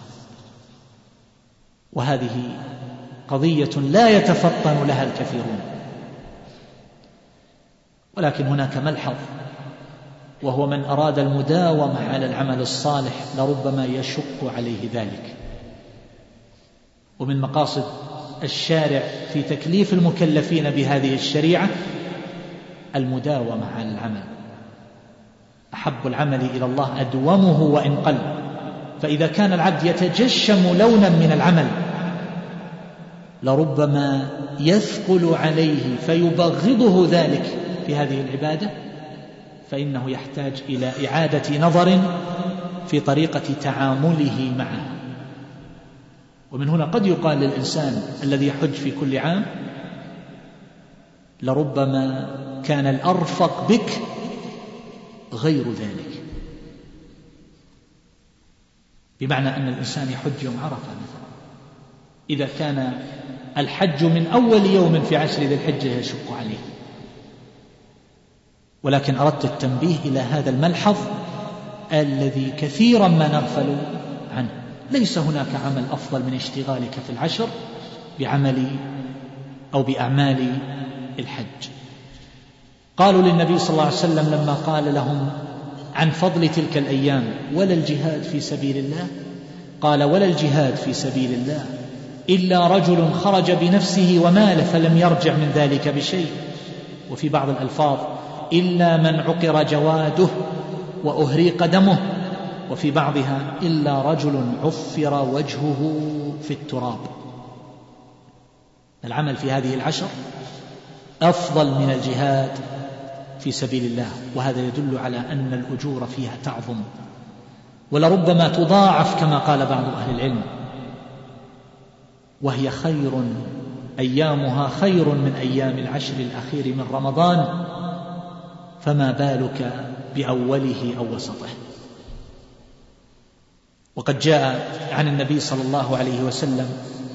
وهذه قضية لا يتفطن لها الكثيرون. ولكن هناك ملحظ، وهو من أراد المداومة على العمل الصالح لربما يشق عليه ذلك. ومن مقاصد الشارع في تكليف المكلفين بهذه الشريعة المداومة على العمل. أحب العمل إلى الله أدومه وإن قل. فإذا كان العبد يتجشم لونا من العمل لربما يثقل عليه فيبغضه ذلك في هذه العبادة، فإنه يحتاج إلى إعادة نظر في طريقة تعامله معه. ومن هنا قد يقال للإنسان الذي يحج في كل عام لربما كان الأرفق بك غير ذلك، بمعنى أن الإنسان يحج يوم عرفة مثلا، إذا كان الحج من أول يوم في عشر ذي الحجة يشق عليه. ولكن أردت التنبيه إلى هذا الملحظ الذي كثيرا ما نغفل عنه. ليس هناك عمل أفضل من اشتغالك في العشر بعمل أو بأعمال الحج. قالوا للنبي صلى الله عليه وسلم لما قال لهم عن فضل تلك الأيام: ولا الجهاد في سبيل الله؟ قال: ولا الجهاد في سبيل الله إلا رجل خرج بنفسه وماله فلم يرجع من ذلك بشيء. وفي بعض الألفاظ: إلا من عقر جواده وأهريق دمه. وفي بعضها: إلا رجل عفر وجهه في التراب. العمل في هذه العشر أفضل من الجهاد في سبيل الله، وهذا يدل على أن الأجور فيها تعظم ولربما تضاعف كما قال بعض أهل العلم، وهي خير، أيامها خير من أيام العشر الأخير من رمضان، فما بالك بأوله أو وسطه. وقد جاء عن النبي صلى الله عليه وسلم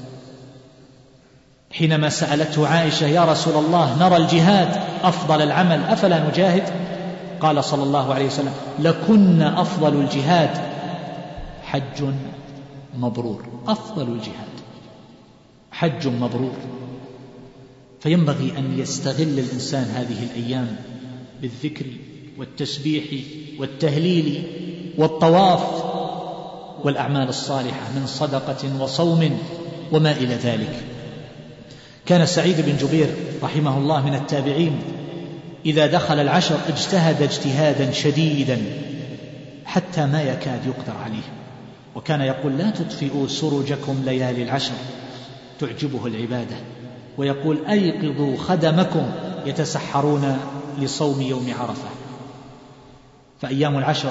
حينما سألته عائشة: يا رسول الله، نرى الجهاد أفضل العمل، أفلا نجاهد؟ قال صلى الله عليه وسلم: لكن أفضل الجهاد حج مبرور. أفضل الجهاد حج مبرور. فينبغي أن يستغل الإنسان هذه الأيام بالذكر والتسبيح والتهليل والطواف والأعمال الصالحة من صدقة وصوم وما إلى ذلك. كان سعيد بن جبير رحمه الله من التابعين إذا دخل العشر اجتهد اجتهادا شديدا حتى ما يكاد يقدر عليه، وكان يقول: لا تطفئوا سرجكم ليالي العشر، تعجبه العبادة. ويقول: أيقظوا خدمكم يتسحرون لصوم يوم عرفة. فأيام العشر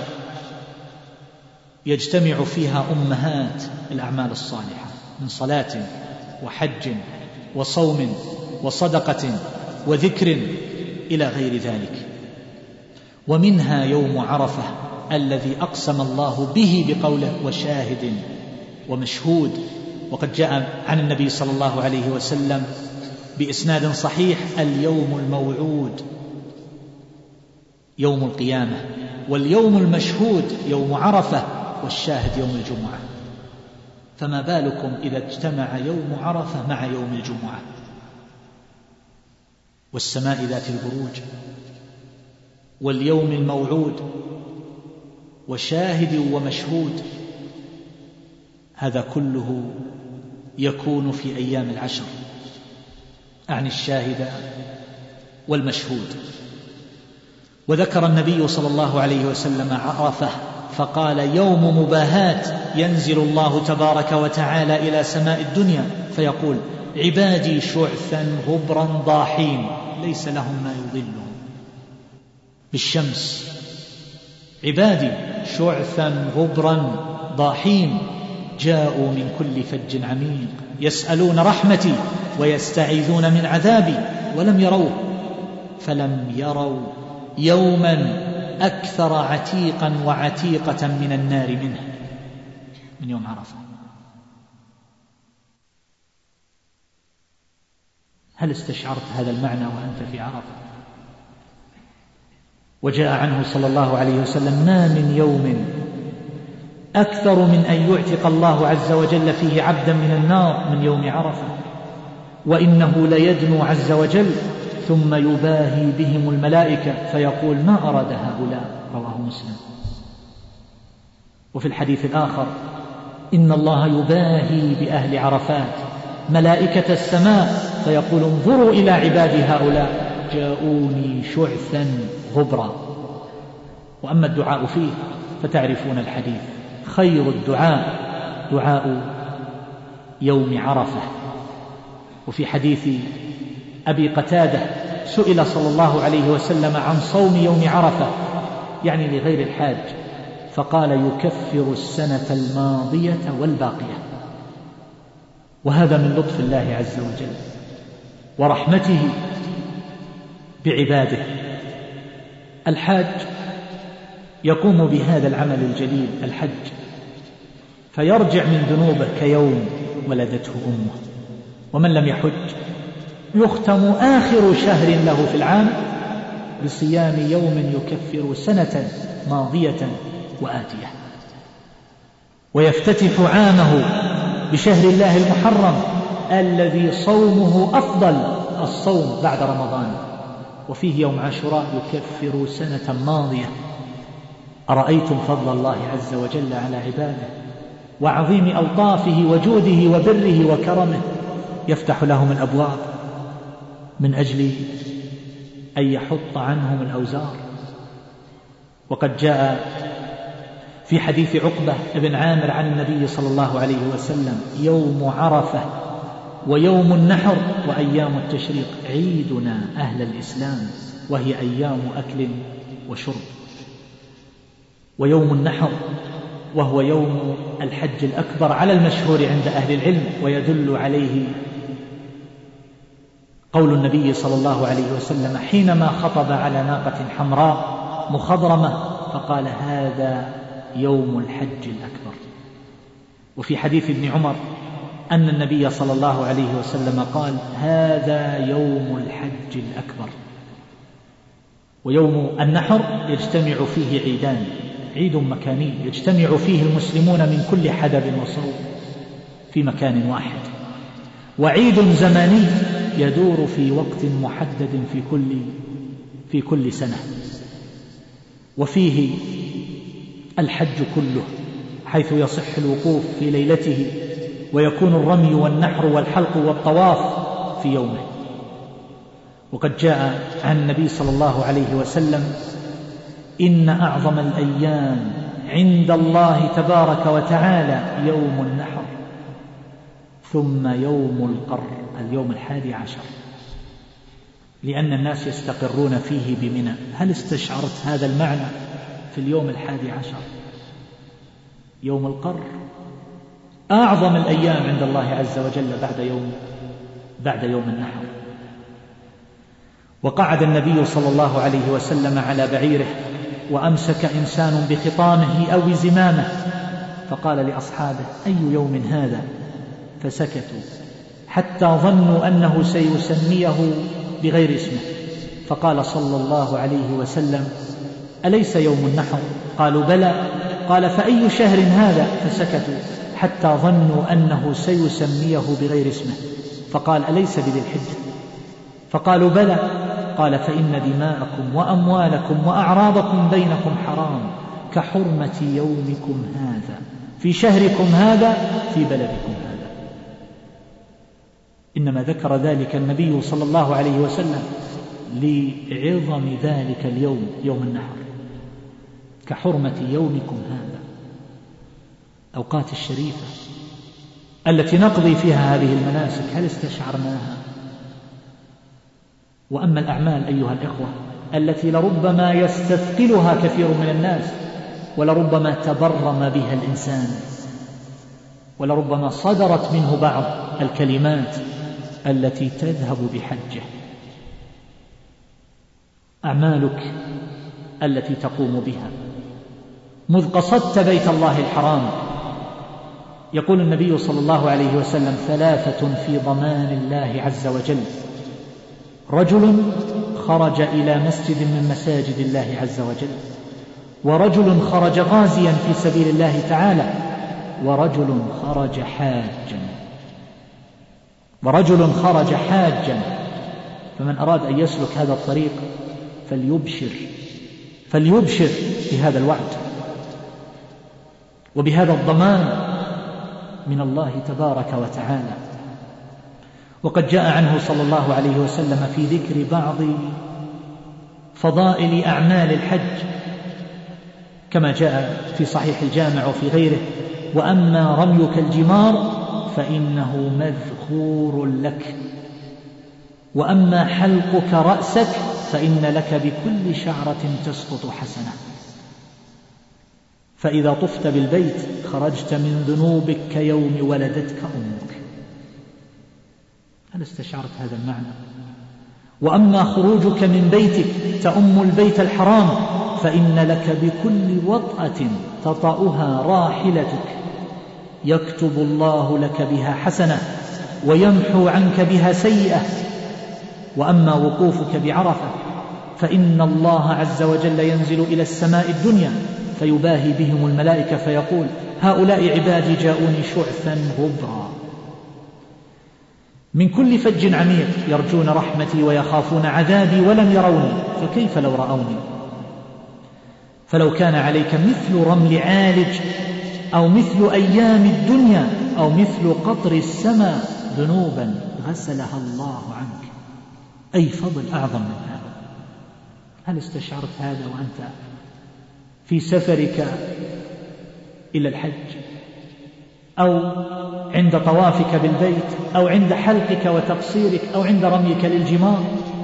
يجتمع فيها أمهات الأعمال الصالحة من صلاة وحج وصوم وصدقة وذكر إلى غير ذلك. ومنها يوم عرفة الذي أقسم الله به بقوله: وشاهد ومشهود. وقد جاء عن النبي صلى الله عليه وسلم بإسناد صحيح: اليوم الموعود يوم القيامة، واليوم المشهود يوم عرفة، والشاهد يوم الجمعة. فما بالكم إذا اجتمع يوم عرفة مع يوم الجمعة؟ والسماء ذات البروج، واليوم الموعود، وشاهد ومشهود، هذا كله يكون في أيام العشر، أعني الشاهد والمشهود. وذكر النبي صلى الله عليه وسلم عرفة فقال: يوم مباهات، ينزل الله تبارك وتعالى إلى سماء الدنيا فيقول: عبادي شعثا غبرا ضاحين ليس لهم ما يضلهم بالشمس. عبادي شعثا غبرا ضاحين جاءوا من كل فج عميق يسألون رحمتي ويستعيذون من عذابي ولم يروه، فلم يروا يوما أكثر عتيقا وعتيقة من النار منه من يوم عرفة. هل استشعرت هذا المعنى وأنت في عرفة؟ وجاء عنه صلى الله عليه وسلم: ما من يوم أكثر من أن يعتق الله عز وجل فيه عبدا من النار من يوم عرفة، وإنه ليدنو عز وجل ثم يباهي بهم الملائكة فيقول: ما أراد هؤلاء؟ رواه مسلم. وفي الحديث الآخر: إن الله يباهي بأهل عرفات ملائكة السماء فيقول: انظروا إلى عبادي هؤلاء جاءوني شعثا غبرا. وأما الدعاء فيه فتعرفون الحديث: خير الدعاء دعاء يوم عرفة. وفي حديث أبي قتادة سئل صلى الله عليه وسلم عن صوم يوم عرفة يعني لغير الحاج، فقال: يكفر السنة الماضية والباقية. وهذا من لطف الله عز وجل ورحمته بعباده. الحاج يقوم بهذا العمل الجليل الحج فيرجع من ذنوبه كيوم ولدته أمه. ومن لم يحج يختم آخر شهر له في العام بصيام يوم يكفر سنة ماضية وآتية، ويفتتح عامه بشهر الله المحرم الذي صومه أفضل الصوم بعد رمضان، وفيه يوم عاشوراء يكفر سنة ماضية. أرأيتم فضل الله عز وجل على عباده وعظيم ألطافه وجوده وبره وكرمه؟ يفتح لهم الأبواب من أجل أن يحط عنهم الأوزار. وقد جاء في حديث عقبة بن عامر عن النبي صلى الله عليه وسلم: يوم عرفة ويوم النحر وأيام التشريق عيدنا أهل الإسلام، وهي أيام أكل وشرب. ويوم النحر وهو يوم الحج الأكبر على المشهور عند أهل العلم، ويدل عليه قول النبي صلى الله عليه وسلم حينما خطب على ناقة حمراء مخضرمة فقال: هذا يوم الحج الأكبر. وفي حديث ابن عمر أن النبي صلى الله عليه وسلم قال: هذا يوم الحج الأكبر. ويوم النحر يجتمع فيه عيدان: عيد مكاني يجتمع فيه المسلمون من كل حدب وصوب في مكان واحد، وعيد زماني يدور في وقت محدد في كل سنة، وفيه الحج كله حيث يصح الوقوف في ليلته، ويكون الرمي والنحر والحلق والطواف في يومه. وقد جاء عن النبي صلى الله عليه وسلم: إن أعظم الأيام عند الله تبارك وتعالى يوم النحر، ثم يوم القر اليوم 11، لأن الناس يستقرون فيه بمنى. هل استشعرت هذا المعنى في اليوم 11؟ يوم القر أعظم الأيام عند الله عز وجل بعد يوم النحر. وقعد النبي صلى الله عليه وسلم على بعيره، وأمسك إنسان بخطامه أو بزمامه، فقال لأصحابه: أي يوم هذا؟ فسكتوا حتى ظنوا أنه سيسميه بغير اسمه، فقال صلى الله عليه وسلم: أليس يوم النحر؟ قالوا: بلى. قال: فأي شهر هذا؟ فسكتوا حتى ظنوا أنه سيسميه بغير اسمه، فقال: أليس بذي الحجة؟ فقالوا: بلى. قال: فإن دماءكم وأموالكم وأعراضكم بينكم حرام كحرمة يومكم هذا في شهركم هذا في بلدكم هذا. إنما ذكر ذلك النبي صلى الله عليه وسلم لعظم ذلك اليوم، يوم النحر، كحرمة يومكم هذا. أوقات الشريفة، التي نقضي فيها هذه المناسك هل استشعرناها؟ وأما الأعمال أيها الإخوة التي لربما يستثقلها كثير من الناس، ولربما تبرم بها الإنسان، ولربما صدرت منه بعض الكلمات التي تذهب بحجه، أعمالك التي تقوم بها مذ قصدت بيت الله الحرام. يقول النبي صلى الله عليه وسلم: 3 في ضمان الله عز وجل: رجل خرج إلى مسجد من مساجد الله عز وجل، ورجل خرج غازيا في سبيل الله تعالى، ورجل خرج حاجا. فمن أراد أن يسلك هذا الطريق فليبشر بهذا الوعد وبهذا الضمان من الله تبارك وتعالى. وقد جاء عنه صلى الله عليه وسلم في ذكر بعض فضائل أعمال الحج كما جاء في صحيح الجامع وفي غيره: وأما رميك الجمار فإنه مذخور لك، وأما حلقك رأسك فإن لك بكل شعرة تسقط حسنة، فإذا طفت بالبيت خرجت من ذنوبك كيوم ولدتك أمك. هل استشعرت هذا المعنى؟ وأما خروجك من بيتك تأم البيت الحرام فإن لك بكل وطأة تطأها راحلتك يكتب الله لك بها حسنة ويمحو عنك بها سيئة. وأما وقوفك بعرفة فإن الله عز وجل ينزل إلى السماء الدنيا فيباهي بهم الملائكة فيقول: هؤلاء عبادي جاءوني شعثا غبرا من كل فج عميق يرجون رحمتي ويخافون عذابي ولم يروني، فكيف لو رأوني؟ فلو كان عليك مثل رمل عالج أو مثل أيام الدنيا أو مثل قطر السماء ذنوبا غسلها الله عنك، أي فضل أعظم من هذا. هل استشعرت هذا وأنت في سفرك إلى الحج، أو عند طوافك بالبيت، أو عند حلقك وتقصيرك، أو عند رميك للجمار،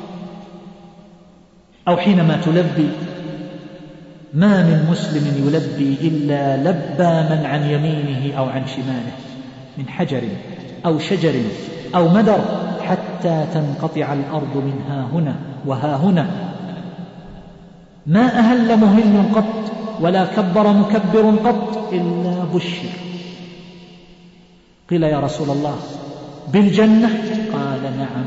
أو حينما تلبي؟ ما من مسلم يلبي إلا لبى من عن يمينه أو عن شماله من حجر أو شجر أو مدر حتى تنقطع الأرض من ها هنا وها هنا. ما أهل مهل قط ولا كبر مكبر قط إلا بشر. قيل: يا رسول الله بالجنة؟ قال: نعم.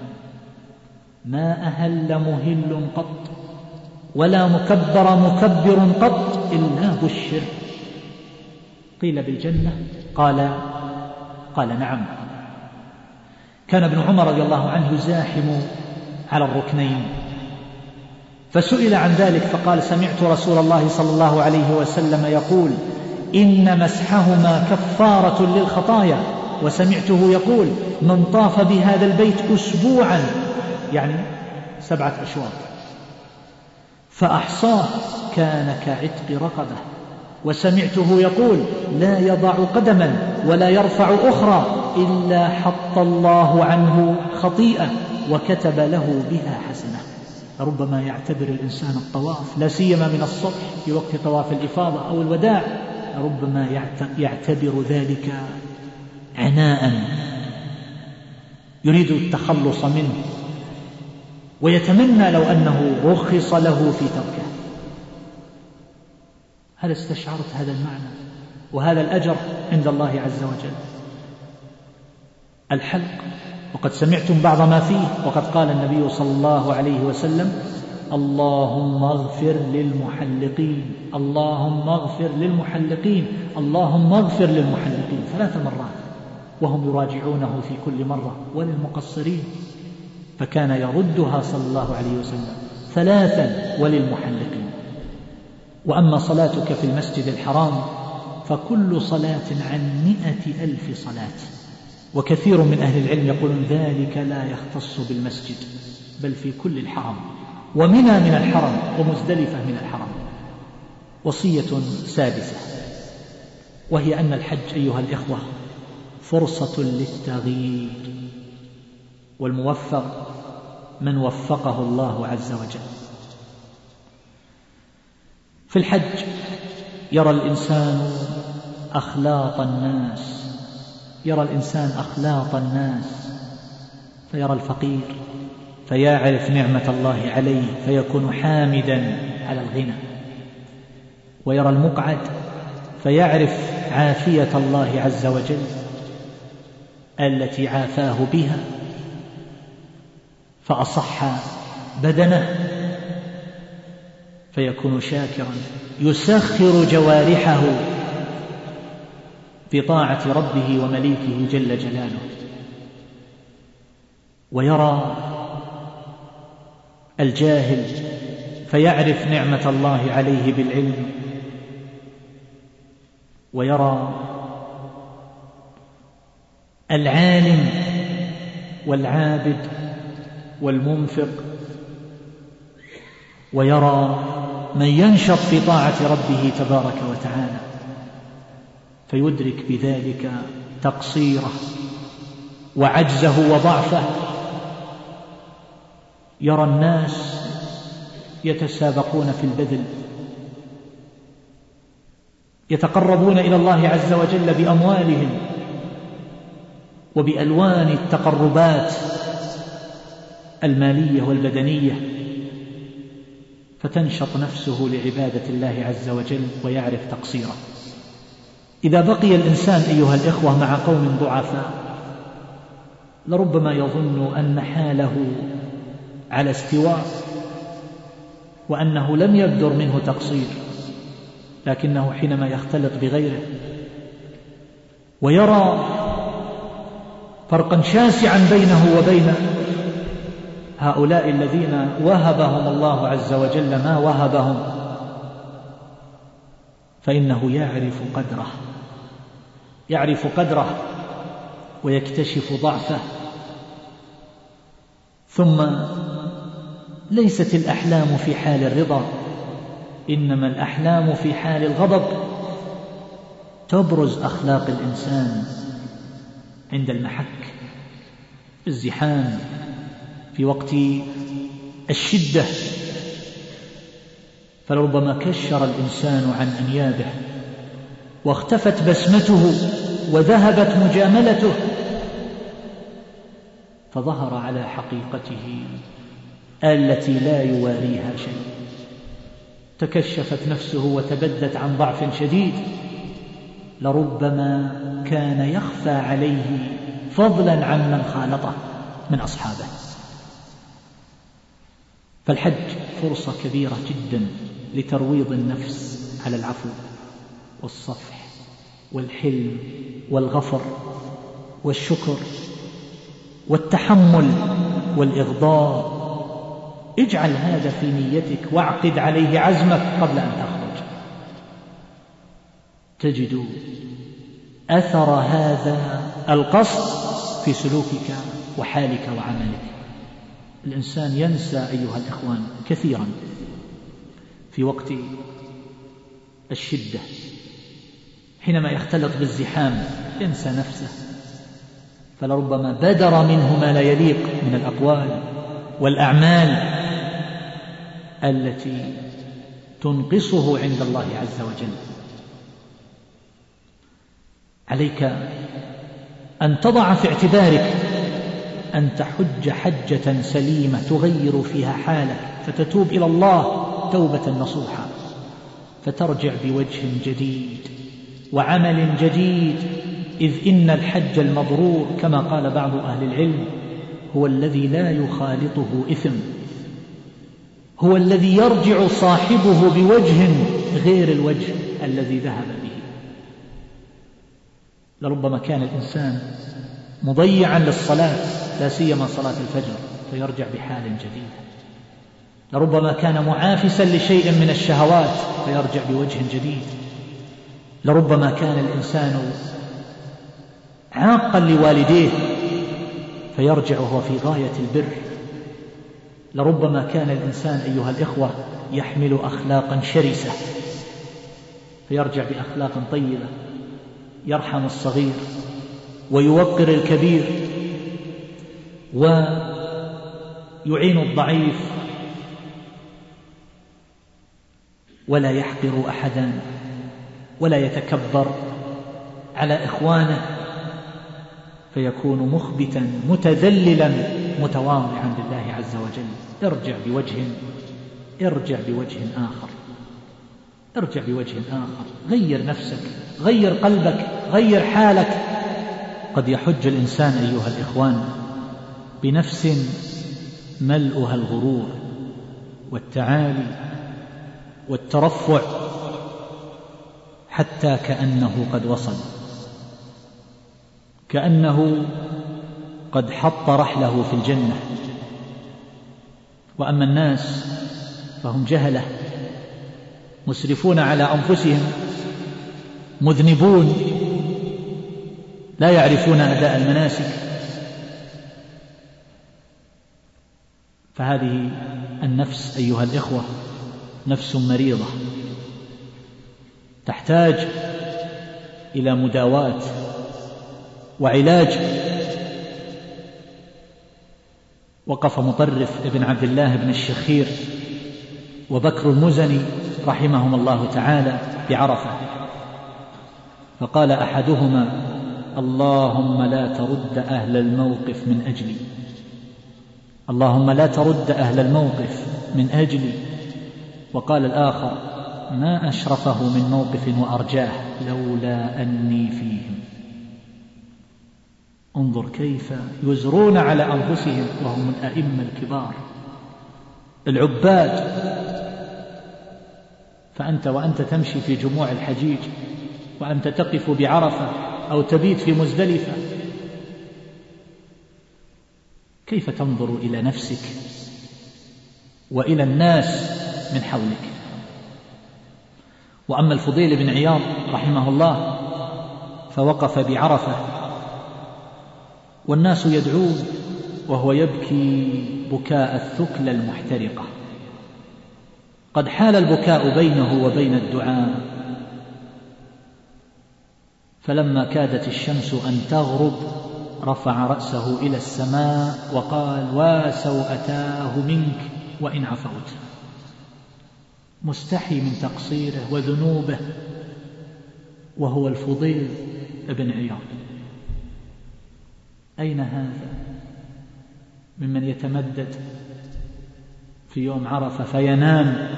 ما أهل مهل قط ولا مكبر مكبر قط إلا بشر. قيل: بالجنة؟ قال: نعم. كان ابن عمر رضي الله عنه يزاحم على الركنين، فسئل عن ذلك فقال: سمعت رسول الله صلى الله عليه وسلم يقول: إن مسحهما كفارة للخطايا. وسمعته يقول: من طاف بهذا البيت أسبوعا، يعني 7 أشواط، فأحصاه كان كعتق رقبة. وسمعته يقول: لا يضع قدما ولا يرفع أخرى إلا حط الله عنه خطيئة وكتب له بها حسنة. ربما يعتبر الإنسان الطواف لا سيما من الصبح في وقت طواف الإفاضة أو الوداع، ربما يعتبر ذلك عناء يريد التخلص منه، ويتمنى لو أنه رخص له في تركه. هل استشعرت هذا المعنى وهذا الأجر عند الله عز وجل؟ الحلق، وقد سمعتم بعض ما فيه، وقد قال النبي صلى الله عليه وسلم: اللهم اغفر للمحلقين، اللهم اغفر للمحلقين، اللهم اغفر للمحلقين 3 مرات، وهم يراجعونه في كل مرة، وللمقصرين، فكان يردها صلى الله عليه وسلم 3 وللمحلقين. وأما صلاتك في المسجد الحرام فكل صلاة عن 100,000 صلاة. وكثير من أهل العلم يقولون ذلك لا يختص بالمسجد بل في كل الحرم، ومنى من الحرم، ومزدلفة من الحرم. وصية سادسة، وهي أن الحج أيها الإخوة فرصة للتغيير، والموفق من وفقه الله عز وجل. في الحج يرى الإنسان أخلاط الناس، فيرى الفقير فيعرف نعمة الله عليه فيكون حامدا على الغنى، ويرى المقعد فيعرف عافية الله عز وجل التي عافاه بها فأصح بدنه، فيكون شاكرا، يسخر جوارحه بطاعة ربه ومليكه جل جلاله. ويرى الجاهل فيعرف نعمة الله عليه بالعلم، ويرى العالم والعابد والمنفق، ويرى من ينشط في طاعة ربه تبارك وتعالى، فيدرك بذلك تقصيره وعجزه وضعفه. يرى الناس يتسابقون في البذل، يتقربون إلى الله عز وجل بأموالهم وبألوان التقربات المالية والبدنية، فتنشط نفسه لعبادة الله عز وجل ويعرف تقصيره. إذا بقي الإنسان أيها الإخوة مع قوم ضعفاء لربما يظن أن حاله على استواء وأنه لم يبدر منه تقصير، لكنه حينما يختلط بغيره ويرى فرقا شاسعا بينه وبين هؤلاء الذين وهبهم الله عز وجل ما وهبهم، فإنه يعرف قدره ويكتشف ضعفه. ثم ليست الأحلام في حال الرضا، إنما الأحلام في حال الغضب. تبرز أخلاق الإنسان عند المحك، الزحام، في وقت الشدة، فلربما كشر الإنسان عن أنيابه واختفت بسمته وذهبت مجاملته، فظهر على حقيقته التي لا يواريها شيء. تكشفت نفسه وتبدت عن ضعف شديد لربما كان يخفى عليه فضلا عن من خالطه من أصحابه. فالحج فرصة كبيرة جدا لترويض النفس على العفو والصفح والحلم والغفر والشكر والتحمل والإغضاء. اجعل هذا في نيتك واعقد عليه عزمك قبل أن تخرج، تجد أثر هذا القصد في سلوكك وحالك وعملك. الإنسان ينسى أيها الإخوان كثيرا في وقت الشدة، حينما يختلط بالزحام ينسى نفسه، فلربما بدر منه ما لا يليق من الأقوال والأعمال التي تنقصه عند الله عز وجل. عليك أن تضع في اعتبارك أن تحج حجة سليمة تغير فيها حالك، فتتوب إلى الله توبة نصوحة، فترجع بوجه جديد وعمل جديد. إذ إن الحج المبرور كما قال بعض أهل العلم هو الذي لا يخالطه إثم، هو الذي يرجع صاحبه بوجه غير الوجه الذي ذهب به. لربما كان الإنسان مضيعا للصلاة، لا سيما صلاة الفجر، فيرجع بحال جديد. لربما كان معافسا لشيء من الشهوات فيرجع بوجه جديد. لربما كان الإنسان عاقا لوالديه فيرجع وهو في غاية البر. لربما كان الإنسان أيها الإخوة يحمل أخلاقا شرسة فيرجع بأخلاق طيبة، يرحم الصغير ويوقر الكبير ويعين الضعيف ولا يحقر أحدا ولا يتكبر على إخوانه، فيكون مخبتا متذللا متواضعا لله عز وجل. ارجع بوجه آخر، ارجع بوجه آخر، غير نفسك، غير قلبك، غير حالك. قد يحج الإنسان أيها الإخوان بنفس ملؤها الغرور والتعالي والترفع حتى كأنه قد وصل، كأنه قد حط رحله في الجنة. وأما الناس فهم جهلة مسرفون على أنفسهم، مذنبون لا يعرفون أداء المناسك. فهذه النفس أيها الإخوة نفس مريضة تحتاج إلى مداواة وعلاج. وقف مطرف ابن عبد الله بن الشخير وبكر المزني رحمهم الله تعالى بعرفة، فقال أحدهما: اللهم لا ترد أهل الموقف من أجلي، اللهم لا ترد أهل الموقف من أجلي. وقال الآخر: ما أشرفه من موقف وأرجاه لولا أني فيهم. انظر كيف يزرون على أنفسهم وهم الأئمة الكبار العباد. فأنت وأنت تمشي في جموع الحجيج، وأنت تقف بعرفة أو تبيت في مزدلفة، كيف تنظر إلى نفسك وإلى الناس من حولك؟ وأما الفضيل بن عياض رحمه الله فوقف بعرفة والناس يدعون وهو يبكي بكاء الثكلى المحترقة. قد حال البكاء بينه وبين الدعاء، فلما كادت الشمس أن تغرب رفع رأسه إلى السماء وقال: وسوءتاه منك وإن عفوت. مستحي من تقصيره وذنوبه، وهو الفضيل ابن عياض. أين هذا ممن يتمدد في يوم عرفة فينام،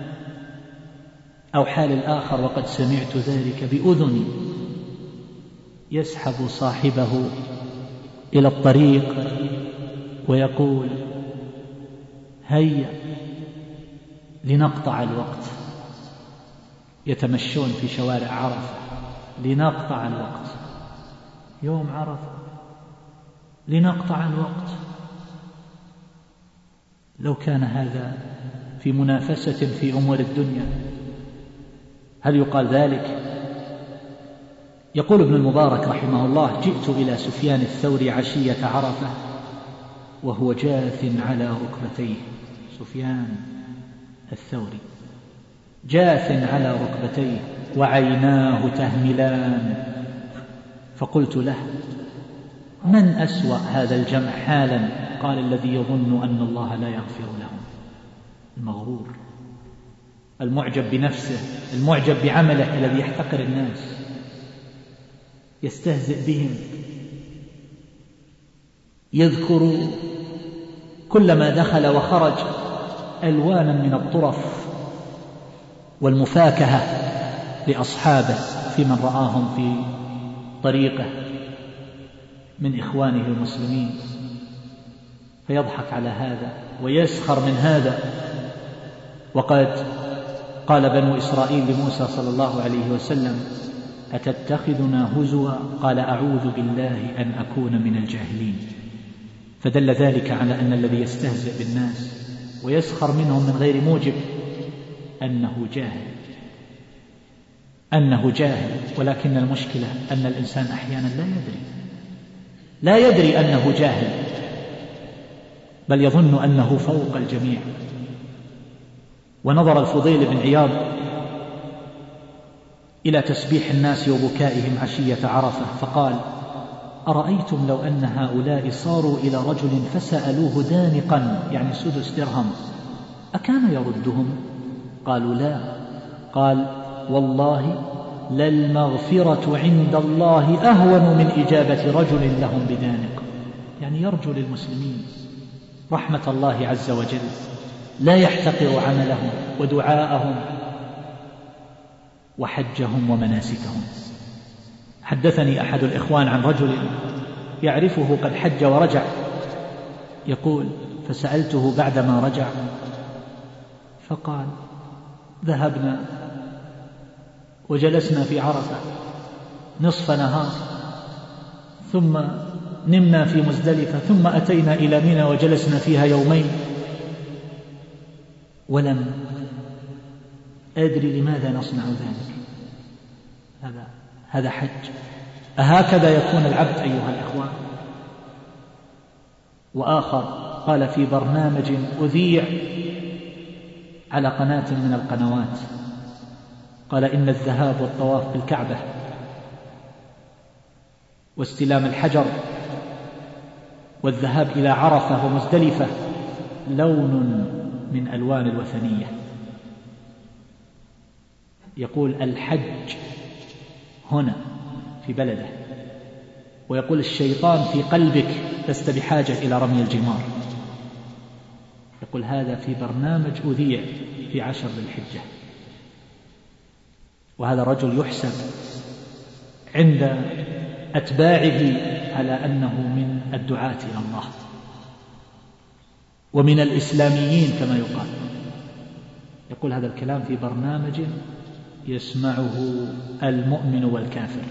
أو حال الآخر وقد سمعت ذلك بأذني يسحب صاحبه إلى الطريق ويقول: هيا لنقطع الوقت. يتمشون في شوارع عرفة لنقطع الوقت، يوم عرفة لنقطع الوقت. لو كان هذا في منافسة في أمور الدنيا هل يقال ذلك؟ يقول ابن المبارك رحمه الله: جئت إلى سفيان الثوري عشية عرفة وهو جاث على ركبتيه. سفيان الثوري جاث على ركبتيه وعيناه تهملان، فقلت له: من أسوأ هذا الجمع حالا؟ قال: الذي يظن أن الله لا يغفر له. المغرور، المعجب بنفسه، المعجب بعمله، الذي يحتقر الناس، يستهزئ بهم، يذكر كلما دخل وخرج ألوانا من الطرف والمفاكهة لأصحابه في من رآهم في طريقه من إخوانه المسلمين، فيضحك على هذا ويسخر من هذا. وقد قال بنو إسرائيل لموسى صلى الله عليه وسلم: أتتخذنا هزوا؟ قال: أعوذ بالله أن أكون من الجاهلين. فدل ذلك على أن الذي يستهزئ بالناس ويسخر منهم من غير موجب أنه جاهل. ولكن المشكلة أن الإنسان أحيانا لا يدري أنه جاهل، بل يظن أنه فوق الجميع. ونظر الفضيل بن عياض إلى تسبيح الناس وبكائهم عشية عرفة فقال: أرأيتم لو أن هؤلاء صاروا إلى رجل فسألوه دانقا يعني سدس درهم أكان يردهم؟ قالوا لا. قال والله للمغفرة عند الله أهون من إجابة رجل لهم بدانق، يعني يرجو للمسلمين رحمة الله عز وجل، لا يحتقر عملهم ودعاءهم وحجهم ومناسكهم. حدثني أحد الإخوان عن رجل يعرفه قد حج ورجع، يقول فسألته بعدما رجع فقال ذهبنا وجلسنا في عرفة نصف نهار ثم نمنا في مزدلفة ثم أتينا إلى منى وجلسنا فيها يومين ولم أدري لماذا نصنع ذلك. هذا حج. أهكذا يكون العبد أيها الإخوان؟ وآخر قال في برنامج أذيع على قناة من القنوات قال إن الذهاب والطواف بالكعبة واستلام الحجر والذهاب إلى عرفة ومزدلفة لون من ألوان الوثنية. يقول الحج هنا في بلده، ويقول الشيطان في قلبك لست بحاجة إلى رمي الجمار. يقول هذا في برنامج أذيع في 10 ذي الحجة، وهذا رجل يحسب عند أتباعه على أنه من الدعاة إلى الله ومن الإسلاميين كما يقال. يقول هذا الكلام في برنامج يسمعه المؤمن والكافر.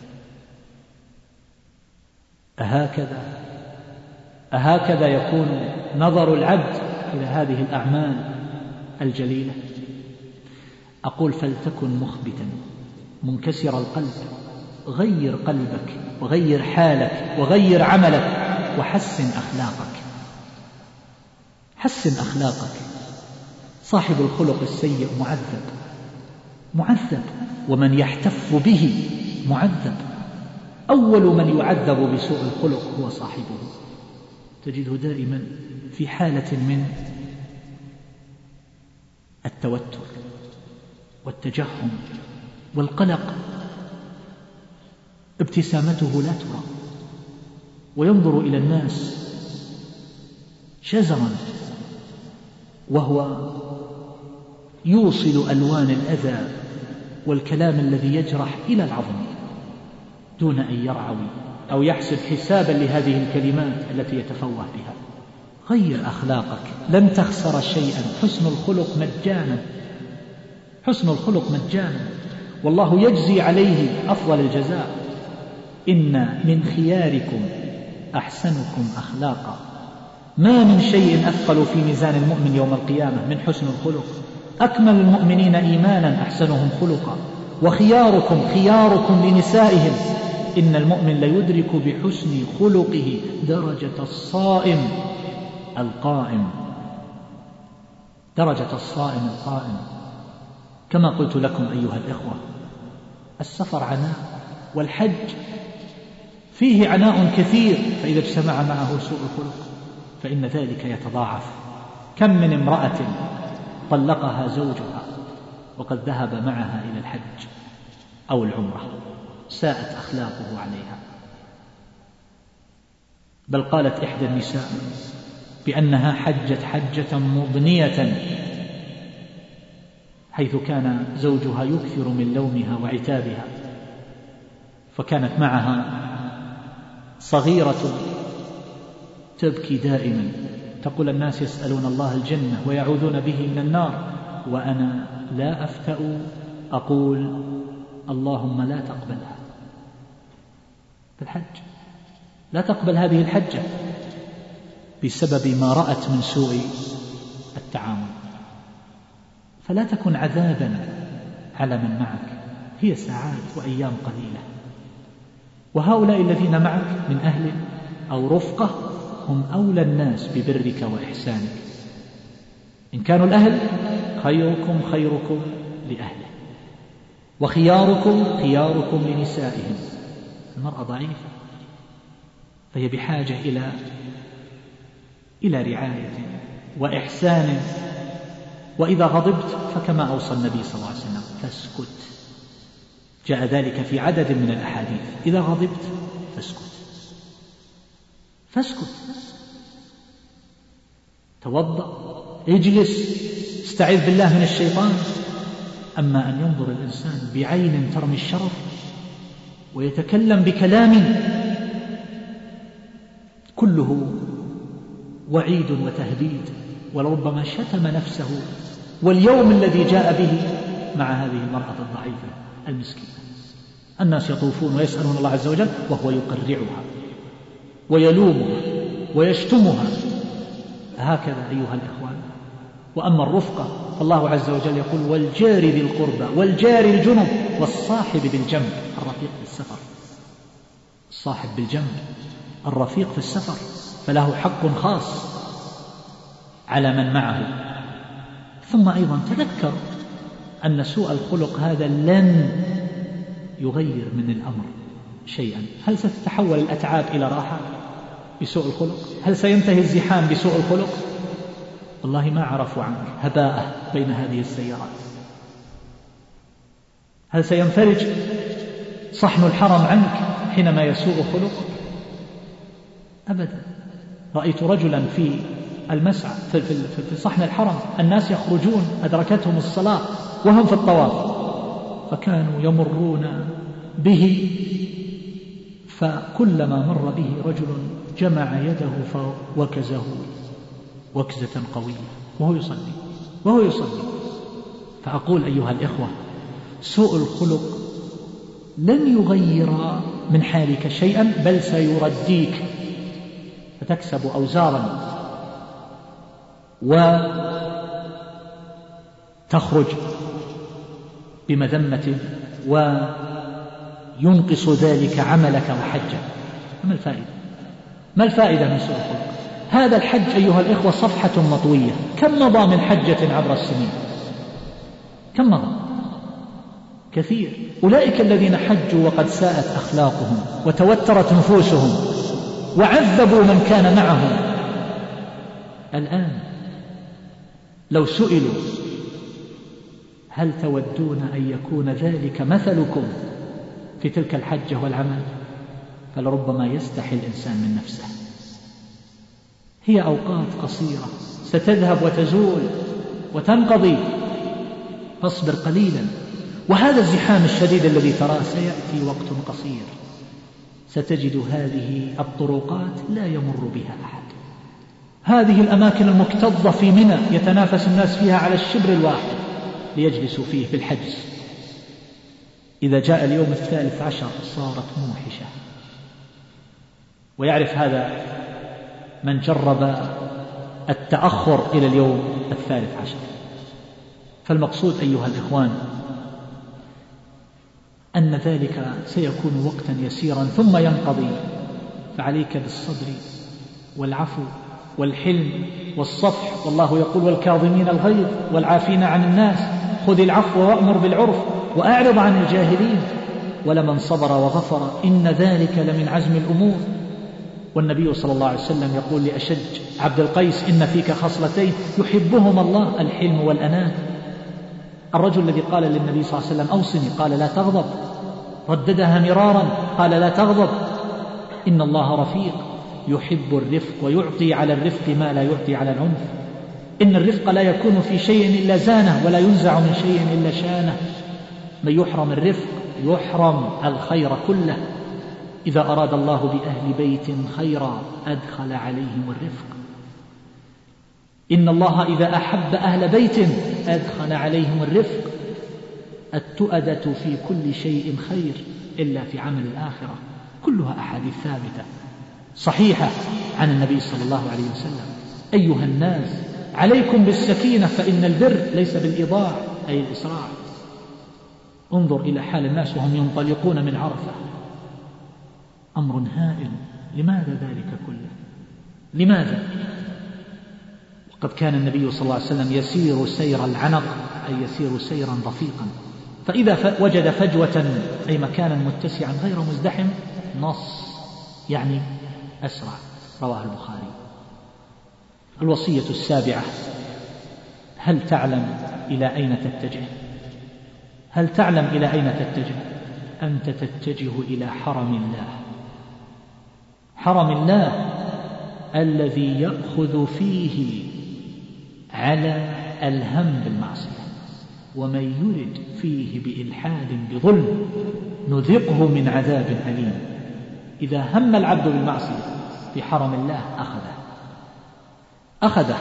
أهكذا يكون نظر العبد إلى هذه الأعمال الجليلة؟ أقول فلتكن مخبتا منكسر القلب، غير قلبك وغير حالك وغير عملك وحسن أخلاقك. حسن أخلاقك. صاحب الخلق السيء معذب، ومن يحتف به معذب. أول من يعذب بسوء الخلق هو صاحبه، تجده دائما في حالة من التوتر والتجهم والقلق، ابتسامته لا ترى، وينظر إلى الناس شزرا، وهو يوصل ألوان الأذى والكلام الذي يجرح إلى العظم دون أن يرعوي أو يحسب حسابا لهذه الكلمات التي يتفوه بها. غير أخلاقك، لن تخسر شيئا. حسن الخلق مجانا، حسن الخلق مجانا، والله يجزي عليه أفضل الجزاء. إن من خياركم أحسنكم أخلاقا. ما من شيء أثقل في ميزان المؤمن يوم القيامة من حسن الخلق. أكمل المؤمنين إيمانا أحسنهم خلقا، وخياركم خياركم لنسائهم. إن المؤمن ليدرك بحسن خلقه درجة الصائم القائم، درجة الصائم القائم. كما قلت لكم أيها الإخوة، السفر عناء، والحج فيه عناء كثير، فإذا اجتمع معه سوء الخلق فإن ذلك يتضاعف. كم من امرأة طلقها زوجها وقد ذهب معها إلى الحج أو العمرة، ساءت أخلاقه عليها. بل قالت إحدى النساء بأنها حجت حجة مضنية، حيث كان زوجها يكثر من لومها وعتابها، فكانت معها صغيرة تبكي دائما، تقول الناس يسألون الله الجنة ويعوذون به من النار، وأنا لا أفتأ أقول اللهم لا تقبلها بالحج، لا تقبل هذه الحجة بسبب ما رأت من سوء التعامل. فلا تكن عذابا على من معك، هي ساعات وأيام قليلة. وهؤلاء الذين معك من أهل أو رفقة هم أولى الناس ببرك وإحسانك. إن كانوا الأهل خيركم خيركم لأهله، وخياركم خياركم لنسائهم. المرأة ضعيفة، فهي بحاجة إلى رعاية وإحسان. وإذا غضبت فكما أوصى النبي صلى الله عليه وسلم فاسكت. جاء ذلك في عدد من الأحاديث. إذا غضبت فاسكت، توضأ، اجلس، استعذ بالله من الشيطان. أما أن ينظر الإنسان بعين ترمي الشرف ويتكلم بكلام كله وعيد وتهديد، ولربما شتم نفسه واليوم الذي جاء به مع هذه المرأة الضعيفة المسكينة. الناس يطوفون ويسألون الله عز وجل وهو يقرعها ويلومها ويشتمها. هكذا أيها الإخوان. وأما الرفقة فالله عز وجل يقول والجار ذي القربى والجار الجنب والصاحب بالجنب. الرفيق في السفر، الصاحب بالجنب، الرفيق في السفر، فله حق خاص على من معه. ثم أيضا تذكر أن سوء الخلق هذا لن يغير من الأمر شيئا. هل ستتحول الأتعاب إلى راحة بسوء الخلق؟ هل سينتهي الزحام بسوء الخلق؟ والله ما عرفوا عنه هباء بين هذه السيارات. هل سينفرج صحن الحرم عنك حينما يسوء خلقك؟ أبدا. رأيت رجلا في المسعى في صحن الحرم، الناس يخرجون أدركتهم الصلاة وهم في الطواف، فكانوا يمرون به، فكلما مر به رجل جمع يده فوكزه وكزة قوية وهو يصلي. فأقول أيها الإخوة، سوء الخلق لن يغير من حالك شيئا، بل سيرديك فتكسب أوزارا وتخرج بمذمة وينقص ذلك عملك وحجك. ما الفائدة من سوء الخلق؟ هذا الحج أيها الإخوة صفحة مطوية. كم مضى من حجة عبر السنين؟ كم مضى؟ كثير. أولئك الذين حجوا وقد ساءت أخلاقهم وتوترت نفوسهم وعذبوا من كان معهم، الآن لو سئلوا هل تودون أن يكون ذلك مثلكم في تلك الحجة والعمل، فلربما يستحي الإنسان من نفسه. هي أوقات قصيرة ستذهب وتزول وتنقضي، فاصبر قليلا. وهذا الزحام الشديد الذي تراه سيأتي وقت قصير ستجد هذه الطرقات لا يمر بها أحد. هذه الأماكن المكتظة في منى يتنافس الناس فيها على الشبر الواحد ليجلسوا فيه في الحجز. إذا جاء اليوم 13 صارت موحشة، ويعرف هذا من جرب التأخر إلى اليوم 13. فالمقصود أيها الإخوان أن ذلك سيكون وقتا يسيرا ثم ينقضي، فعليك بالصبر والعفو والحلم والصفح. والله يقول والكاظمين الغيظ والعافين عن الناس، خذ العفو وأمر بالعرف وأعرض عن الجاهلين ولمن صبر وغفر إن ذلك لمن عزم الأمور. والنبي صلى الله عليه وسلم يقول لأشج عبد القيس إن فيك خصلتين يحبهما الله، الحلم والأنات. الرجل الذي قال للنبي صلى الله عليه وسلم أوصني قال لا تغضب، رددها مرارا قال لا تغضب، إن الله رفيق يحب الرفق ويعطي على الرفق ما لا يعطي على العنف. إن الرفق لا يكون في شيء إلا زانه ولا ينزع من شيء إلا شانه. من يحرم الرفق يحرم الخير كله. إذا أراد الله بأهل بيت خيرا أدخل عليهم الرفق. إن الله إذا أحب أهل بيت أدخل عليهم الرفق. التؤدة في كل شيء خير إلا في عمل الآخرة. كلها أحاديث ثابتة صحيحة عن النبي صلى الله عليه وسلم. أيها الناس عليكم بالسكينة، فإن البر ليس بالإضاع أي الإسراع. انظر إلى حال الناس وهم ينطلقون من عرفة، أمر هائل. لماذا ذلك كله؟ لماذا؟ وقد كان النبي صلى الله عليه وسلم يسير سير العنق، أي يسير سيرا رفيقا، فإذا وجد فجوة أي مكانا متسعا غير مزدحم نص، يعني أسرع. رواه البخاري. الوصية السابعة: هل تعلم إلى أين تتجه؟ هل تعلم إلى أين تتجه؟ أنت تتجه إلى حرم الله، حرم الله الذي يأخذ فيه على الهم بالمعصية، ومن يرد فيه بإلحاد بظلم نذقه من عذاب أليم. إذا هم العبد بالمعصية في حرم الله أخذه.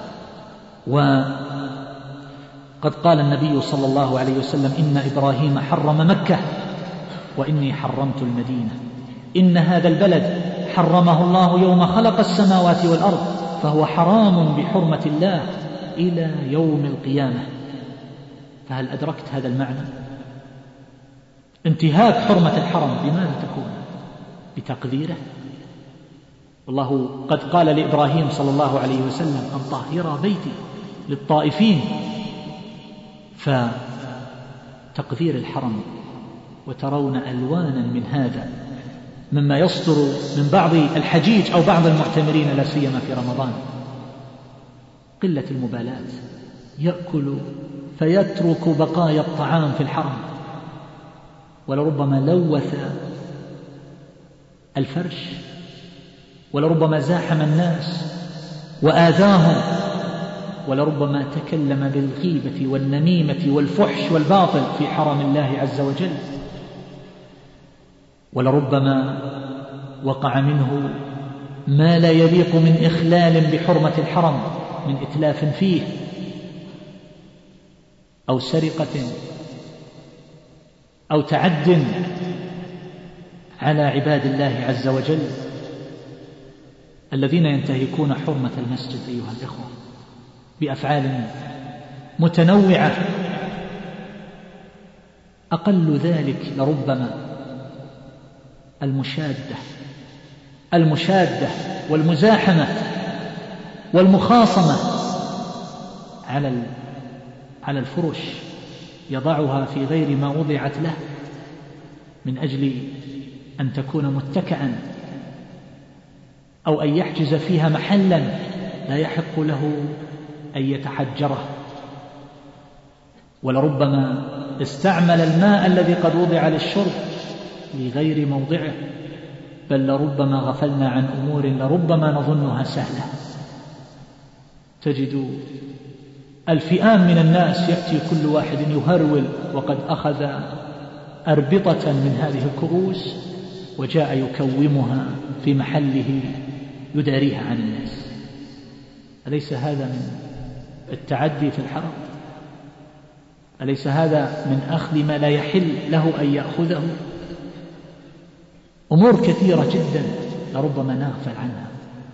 وقد قال النبي صلى الله عليه وسلم: إن إبراهيم حرم مكة وإني حرمت المدينة، إن هذا البلد حرمه الله يوم خلق السماوات والأرض فهو حرام بحرمة الله إلى يوم القيامة. فهل أدركت هذا المعنى؟ انتهاك حرمة الحرم بماذا تكون؟ بتقديره. والله قد قال لإبراهيم صلى الله عليه وسلم: أن طهر بيتي للطائفين. فتقدير الحرم، وترون ألوانا من هذا مما يصدر من بعض الحجيج أو بعض المعتمرين لا سيما في رمضان، قلة المبالاة، يأكل فيترك بقايا الطعام في الحرم، ولربما لوث الفرش، ولربما زاحم الناس وآذاهم، ولربما تكلم بالغيبة والنميمة والفحش والباطل في حرم الله عز وجل، ولربما وقع منه ما لا يليق من إخلال بحرمة الحرم من إتلاف فيه أو سرقة أو تعد على عباد الله عز وجل الذين ينتهكون حرمة المسجد أيها الإخوة بأفعال متنوعة. أقل ذلك لربما المشادة والمزاحمة والمخاصمة على الفرش، يضعها في غير ما وضعت له من أجل أن تكون متكئا، أو أن يحجز فيها محلا لا يحق له أن يتحجره. ولربما استعمل الماء الذي قد وضع للشرب لغير موضعه، بل لربما غفلنا عن أمور لربما نظنها سهلة. تجد الفئام من الناس يأتي كل واحد يهرول وقد أخذ أربطة من هذه الكؤوس وجاء يكومها في محله يداريها عن الناس. أليس هذا من التعدي في الحرم؟ أليس هذا من أخذ ما لا يحل له أن يأخذه؟ أمور كثيرة جدا لربما نغفل عنها،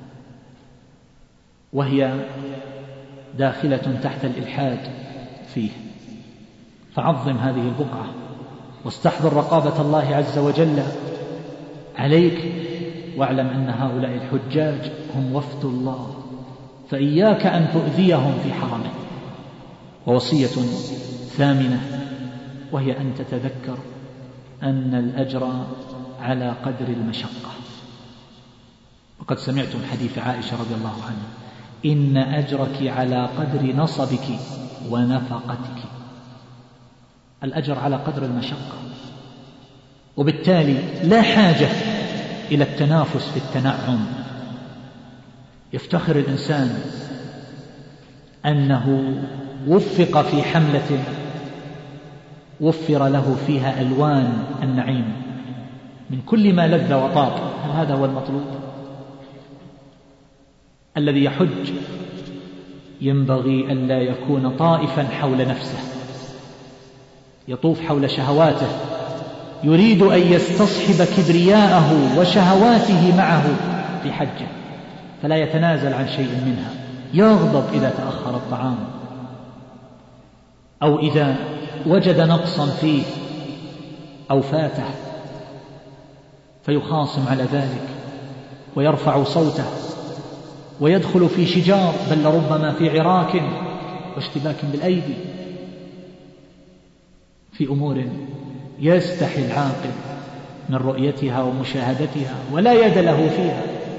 وهي داخلة تحت الإلحاد فيه. فعظم هذه البقعة واستحضر رقابة الله عز وجل عليك، واعلم أن هؤلاء الحجاج هم وفد الله، فإياك أن تؤذيهم في حرمه. ووصية ثامنة، وهي أن تتذكر أن الأجر على قدر المشقة. وقد سمعتم حديث عائشة رضي الله عنها: إن أجرك على قدر نصبك ونفقتك. الأجر على قدر المشقة، وبالتالي لا حاجة إلى التنافس في التنعم. يفتخر الإنسان أنه وفق في حملة وفر له فيها ألوان النعيم من كل ما لذ وطاب. هل هذا هو المطلوب؟ الذي يحج ينبغي أن لا يكون طائفا حول نفسه يطوف حول شهواته، يريد أن يستصحب كبرياءه وشهواته معه في حجه، فلا يتنازل عن شيء منها. يغضب إذا تأخر الطعام أو إذا وجد نقصا فيه أو فاته، فيخاصم على ذلك ويرفع صوته ويدخل في شجار، بل ربما في عراك واشتباك بالأيدي، في أمور يستحي العاقل من رؤيتها ومشاهدتها ولا يد له فيها،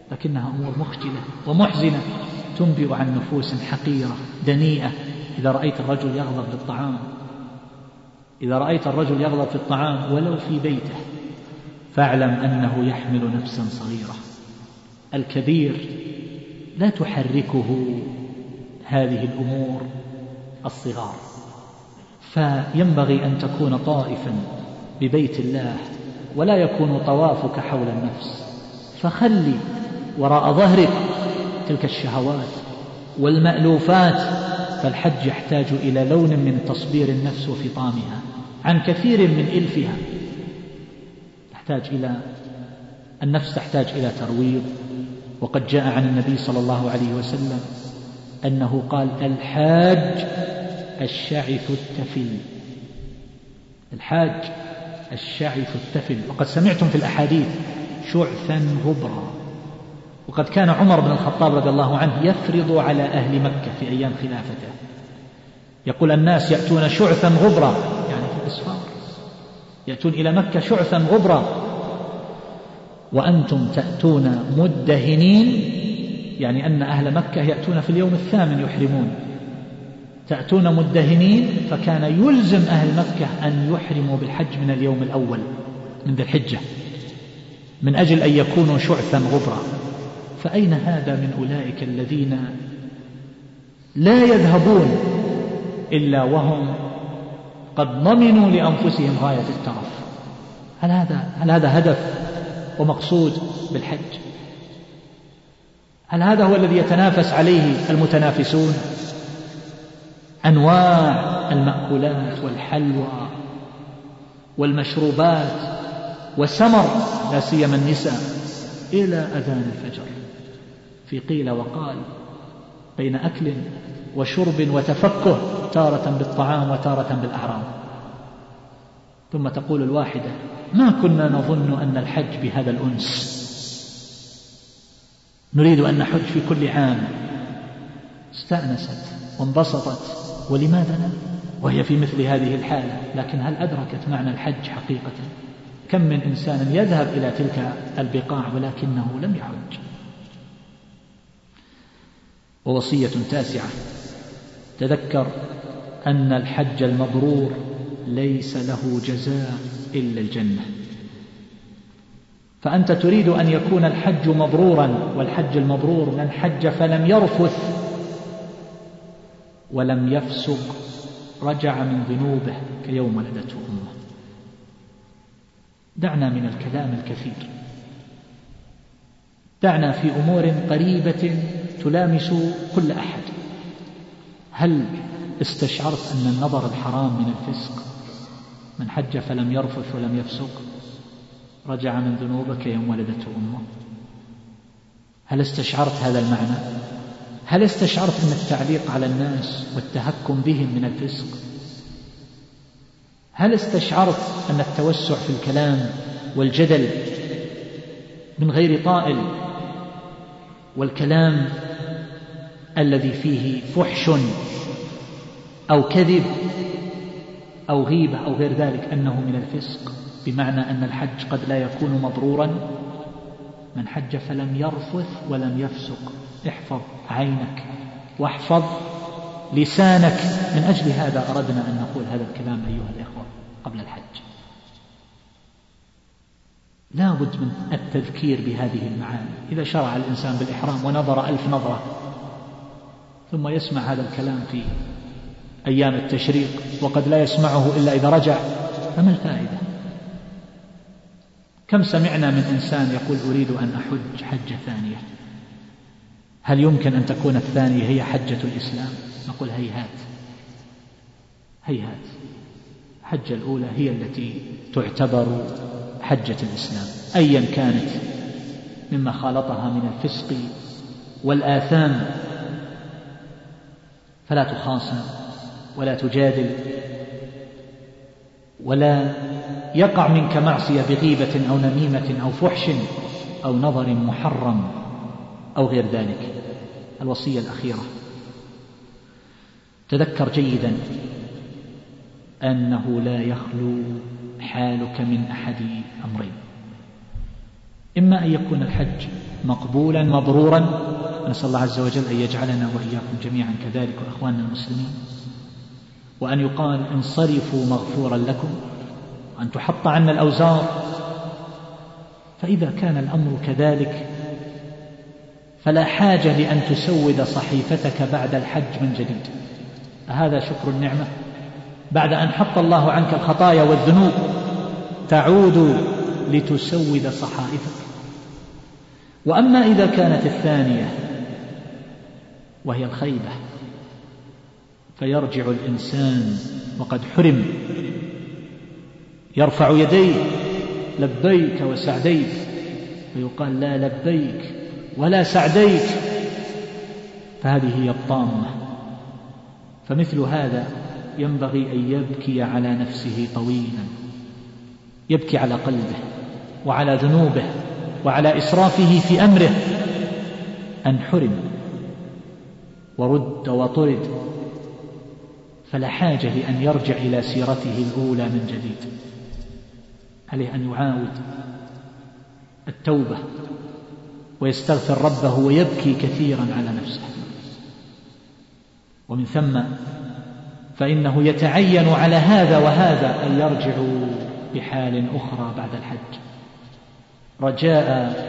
لكنها أمور مخجلة ومحزنة تنبئ عن نفوس حقيرة دنيئة. إذا رأيت الرجل يغضب للطعام، إذا رأيت الرجل يغضب في الطعام ولو في بيته، فاعلم أنه يحمل نفسا صغيرة. الكبير لا تحركه هذه الأمور الصغار، فينبغي أن تكون طائفا ببيت الله ولا يكون طوافك حول النفس، فخلي وراء ظهرك تلك الشهوات والمألوفات. فالحج يحتاج إلى لون من تصبير النفس وفطامها عن كثير من إلفها. النفس تحتاج إلى ترويض. وقد جاء عن النبي صلى الله عليه وسلم أنه قال: الحاج الشعث التفل، الحاج الشعث التفل. وقد سمعتم في الأحاديث شعثا غبرا. وقد كان عمر بن الخطاب رضي الله عنه يفرض على أهل مكة في أيام خلافته، يقول: الناس يأتون شعثا غبرا، يعني في الإسفار، يأتون إلى مكة شعثا غبرا، وأنتم تأتون مدهنين، يعني أن أهل مكة يأتون في اليوم الثامن يحرمون، تأتون مدهنين. فكان يلزم أهل مكة أن يحرموا بالحج من اليوم الأول من ذي الحجة من أجل أن يكونوا شعثا غبرا. فأين هذا من أولئك الذين لا يذهبون إلا وهم قد ضمنوا لأنفسهم غاية الترف؟ هل هذا هدف ومقصود بالحج؟ هل هذا هو الذي يتنافس عليه المتنافسون؟ أنواع المأكولات والحلوى والمشروبات والسمر، لا سيما النساء، إلى أذان الفجر، في قيل وقال، بين أكل وشرب وتفكه، تارة بالطعام وتارة بالأعراض. ثم تقول الواحدة: ما كنا نظن أن الحج بهذا الأنس، نريد أن نحج في كل عام. استأنست وانبسطت، ولماذا لا وهي في مثل هذه الحالة؟ لكن هل أدركت معنى الحج حقيقة؟ كم من إنسان يذهب إلى تلك البقاع ولكنه لم يحج. ووصية تاسعة: تذكر أن الحج المبرور ليس له جزاء إلا الجنة. فأنت تريد أن يكون الحج مبرورا، والحج المبرور من حج فلم يرفث ولم يفسق رجع من ذنوبه كيوم ولدته أمه. دعنا من الكلام الكثير، دعنا في أمور قريبة تلامس كل أحد. هل استشعرت أن النظر الحرام من الفسق؟ من حج فلم يرفث ولم يفسق رجع من ذنوبه كيوم ولدته أمه. هل استشعرت هذا المعنى؟ هل استشعرت أن التعليق على الناس والتهكم بهم من الفسق؟ هل استشعرت أن التوسع في الكلام والجدل من غير طائل، والكلام الذي فيه فحش أو كذب أو غيبة أو غير ذلك أنه من الفسق؟ بمعنى أن الحج قد لا يكون مبرورا. من حج فلم يرفث ولم يفسق. احفظ عينك واحفظ لسانك. من أجل هذا أردنا أن نقول هذا الكلام أيها الإخوة قبل الحج. لا بد من التذكير بهذه المعاني. إذا شرع الإنسان بالإحرام ونظر 1000 نظرة ثم يسمع هذا الكلام في أيام التشريق وقد لا يسمعه إلا إذا رجع، فما الفائدة؟ كم سمعنا من إنسان يقول أريد أن أحج حجة ثانية، هل يمكن أن تكون الثانية هي حجة الإسلام؟ نقول هيهات هيهات. الحجة الأولى هي التي تعتبر حجة الإسلام أيا كانت مما خالطها من الفسق والآثام، فلا تخاصم ولا تجادل ولا يقع منك معصية بغيبة أو نميمة أو فحش أو نظر محرم أو غير ذلك. الوصية الأخيرة: تذكر جيدا أنه لا يخلو حالك من أحد أمرين. إما أن يكون الحج مقبولا مبرورا، نسأل الله عز وجل أن يجعلنا وإياكم جميعا كذلك وأخواننا المسلمين، وأن يقال انصرفوا مغفورا لكم، وأن تحط عنا الأوزار. فإذا كان الأمر كذلك فلا حاجة لأن تسود صحيفتك بعد الحج من جديد. هذا شكر النعمة بعد أن حط الله عنك الخطايا والذنوب، تعود لتسود صحائفك. وأما إذا كانت الثانية وهي الخيبة، فيرجع الإنسان وقد حرم، يرفع يديه لبيك وسعديك، ويقال لا لبيك ولا سعديك، فهذه هي الطامة. فمثل هذا ينبغي أن يبكي على نفسه طويلا، يبكي على قلبه وعلى ذنوبه وعلى إسرافه في أمره، أن حرم ورد وطرد، فلا حاجة لأن يرجع إلى سيرته الأولى من جديد. عليه أن يعاود التوبة ويستغفر ربه ويبكي كثيرا على نفسه. ومن ثم فإنه يتعين على هذا وهذا أن يرجعوا بحال أخرى بعد الحج، رجاء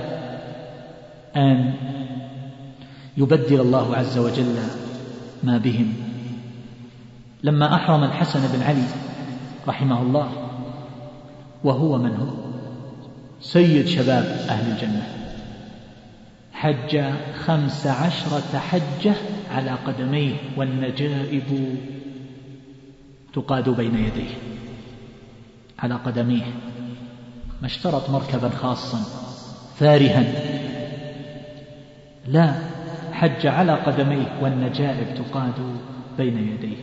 أن يبدل الله عز وجل ما بهم. لما أحرم الحسن بن علي رحمه الله، وهو من هو سيد شباب أهل الجنة، حج 15 حجة على قدميه، والنجائب تقاد بين يديه على قدميه، ما اشترط مركبا خاصا فارها، لا، حج على قدميه والنجائب تقاد بين يديه.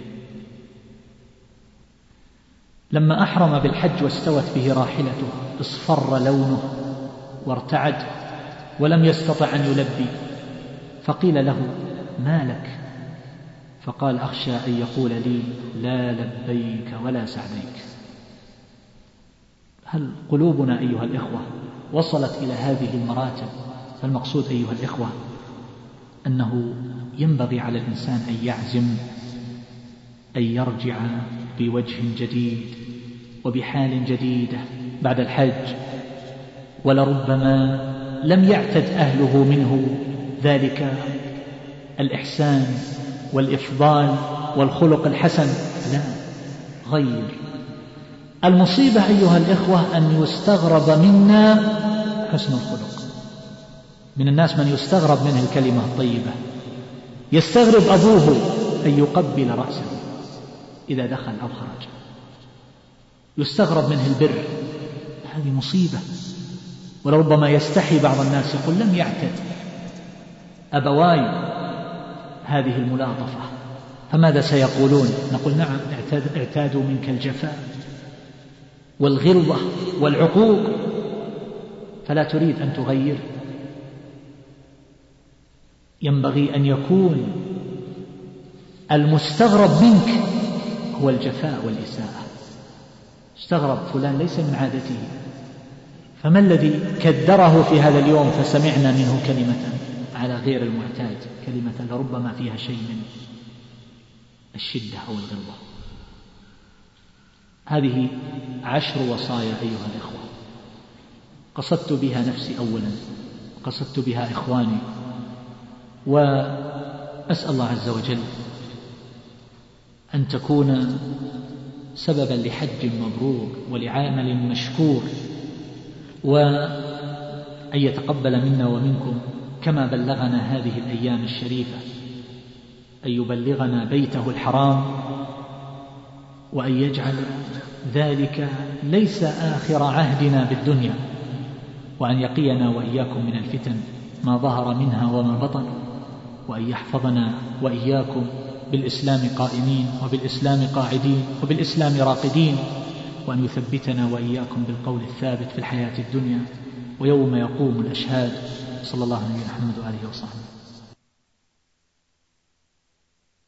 لما أحرم بالحج واستوت به راحلته اصفر لونه وارتعد ولم يستطع أن يلبي، فقيل له ما لك؟ فقال أخشى أن يقول لي لا لبيك ولا سعديك. هل قلوبنا أيها الإخوة وصلت إلى هذه المراتب؟ فالمقصود أيها الإخوة أنه ينبغي على الإنسان أن يعزم أن يرجع بوجه جديد وبحال جديدة بعد الحج، ولربما لم يعتد أهله منه ذلك الإحسان والإفضال والخلق الحسن، لا، غير. المصيبة أيها الإخوة أن يستغرب منا حسن الخلق. من الناس من يستغرب منه الكلمة الطيبة، يستغرب أبوه أن يقبل رأسه إذا دخل أو خرج، يستغرب منه البر، هذه مصيبة. ولربما يستحي بعض الناس يقول لم يعتد أبواي هذه الملاطفة، فماذا سيقولون؟ نقول نعم، اعتادوا منك الجفاء والغلظة والعقوق، فلا تريد أن تغير. ينبغي أن يكون المستغرب منك هو الجفاء والإساءة. استغرب فلان ليس من عادته، فما الذي كدره في هذا اليوم فسمعنا منه كلمة على غير المعتاد، كلمة لربما فيها شيء من الشدة أو الغلظة. هذه 10 وصايا أيها الإخوة، قصدت بها نفسي أولا، قصدت بها إخواني، وأسأل الله عز وجل أن تكون سببا لحج مبرور ولعمل مشكور، وأن يتقبل منا ومنكم كما بلغنا هذه الأيام الشريفة، أن يبلغنا بيته الحرام، وأن يجعل ذلك ليس آخر عهدنا بالدنيا، وأن يقينا وإياكم من الفتن ما ظهر منها وما بطن، وأن يحفظنا وإياكم بالإسلام قائمين وبالإسلام قاعدين وبالإسلام راقدين، وأن يثبتنا وإياكم بالقول الثابت في الحياة الدنيا ويوم يقوم الأشهاد. صلى الله عليه وسلم وآله وصحبه.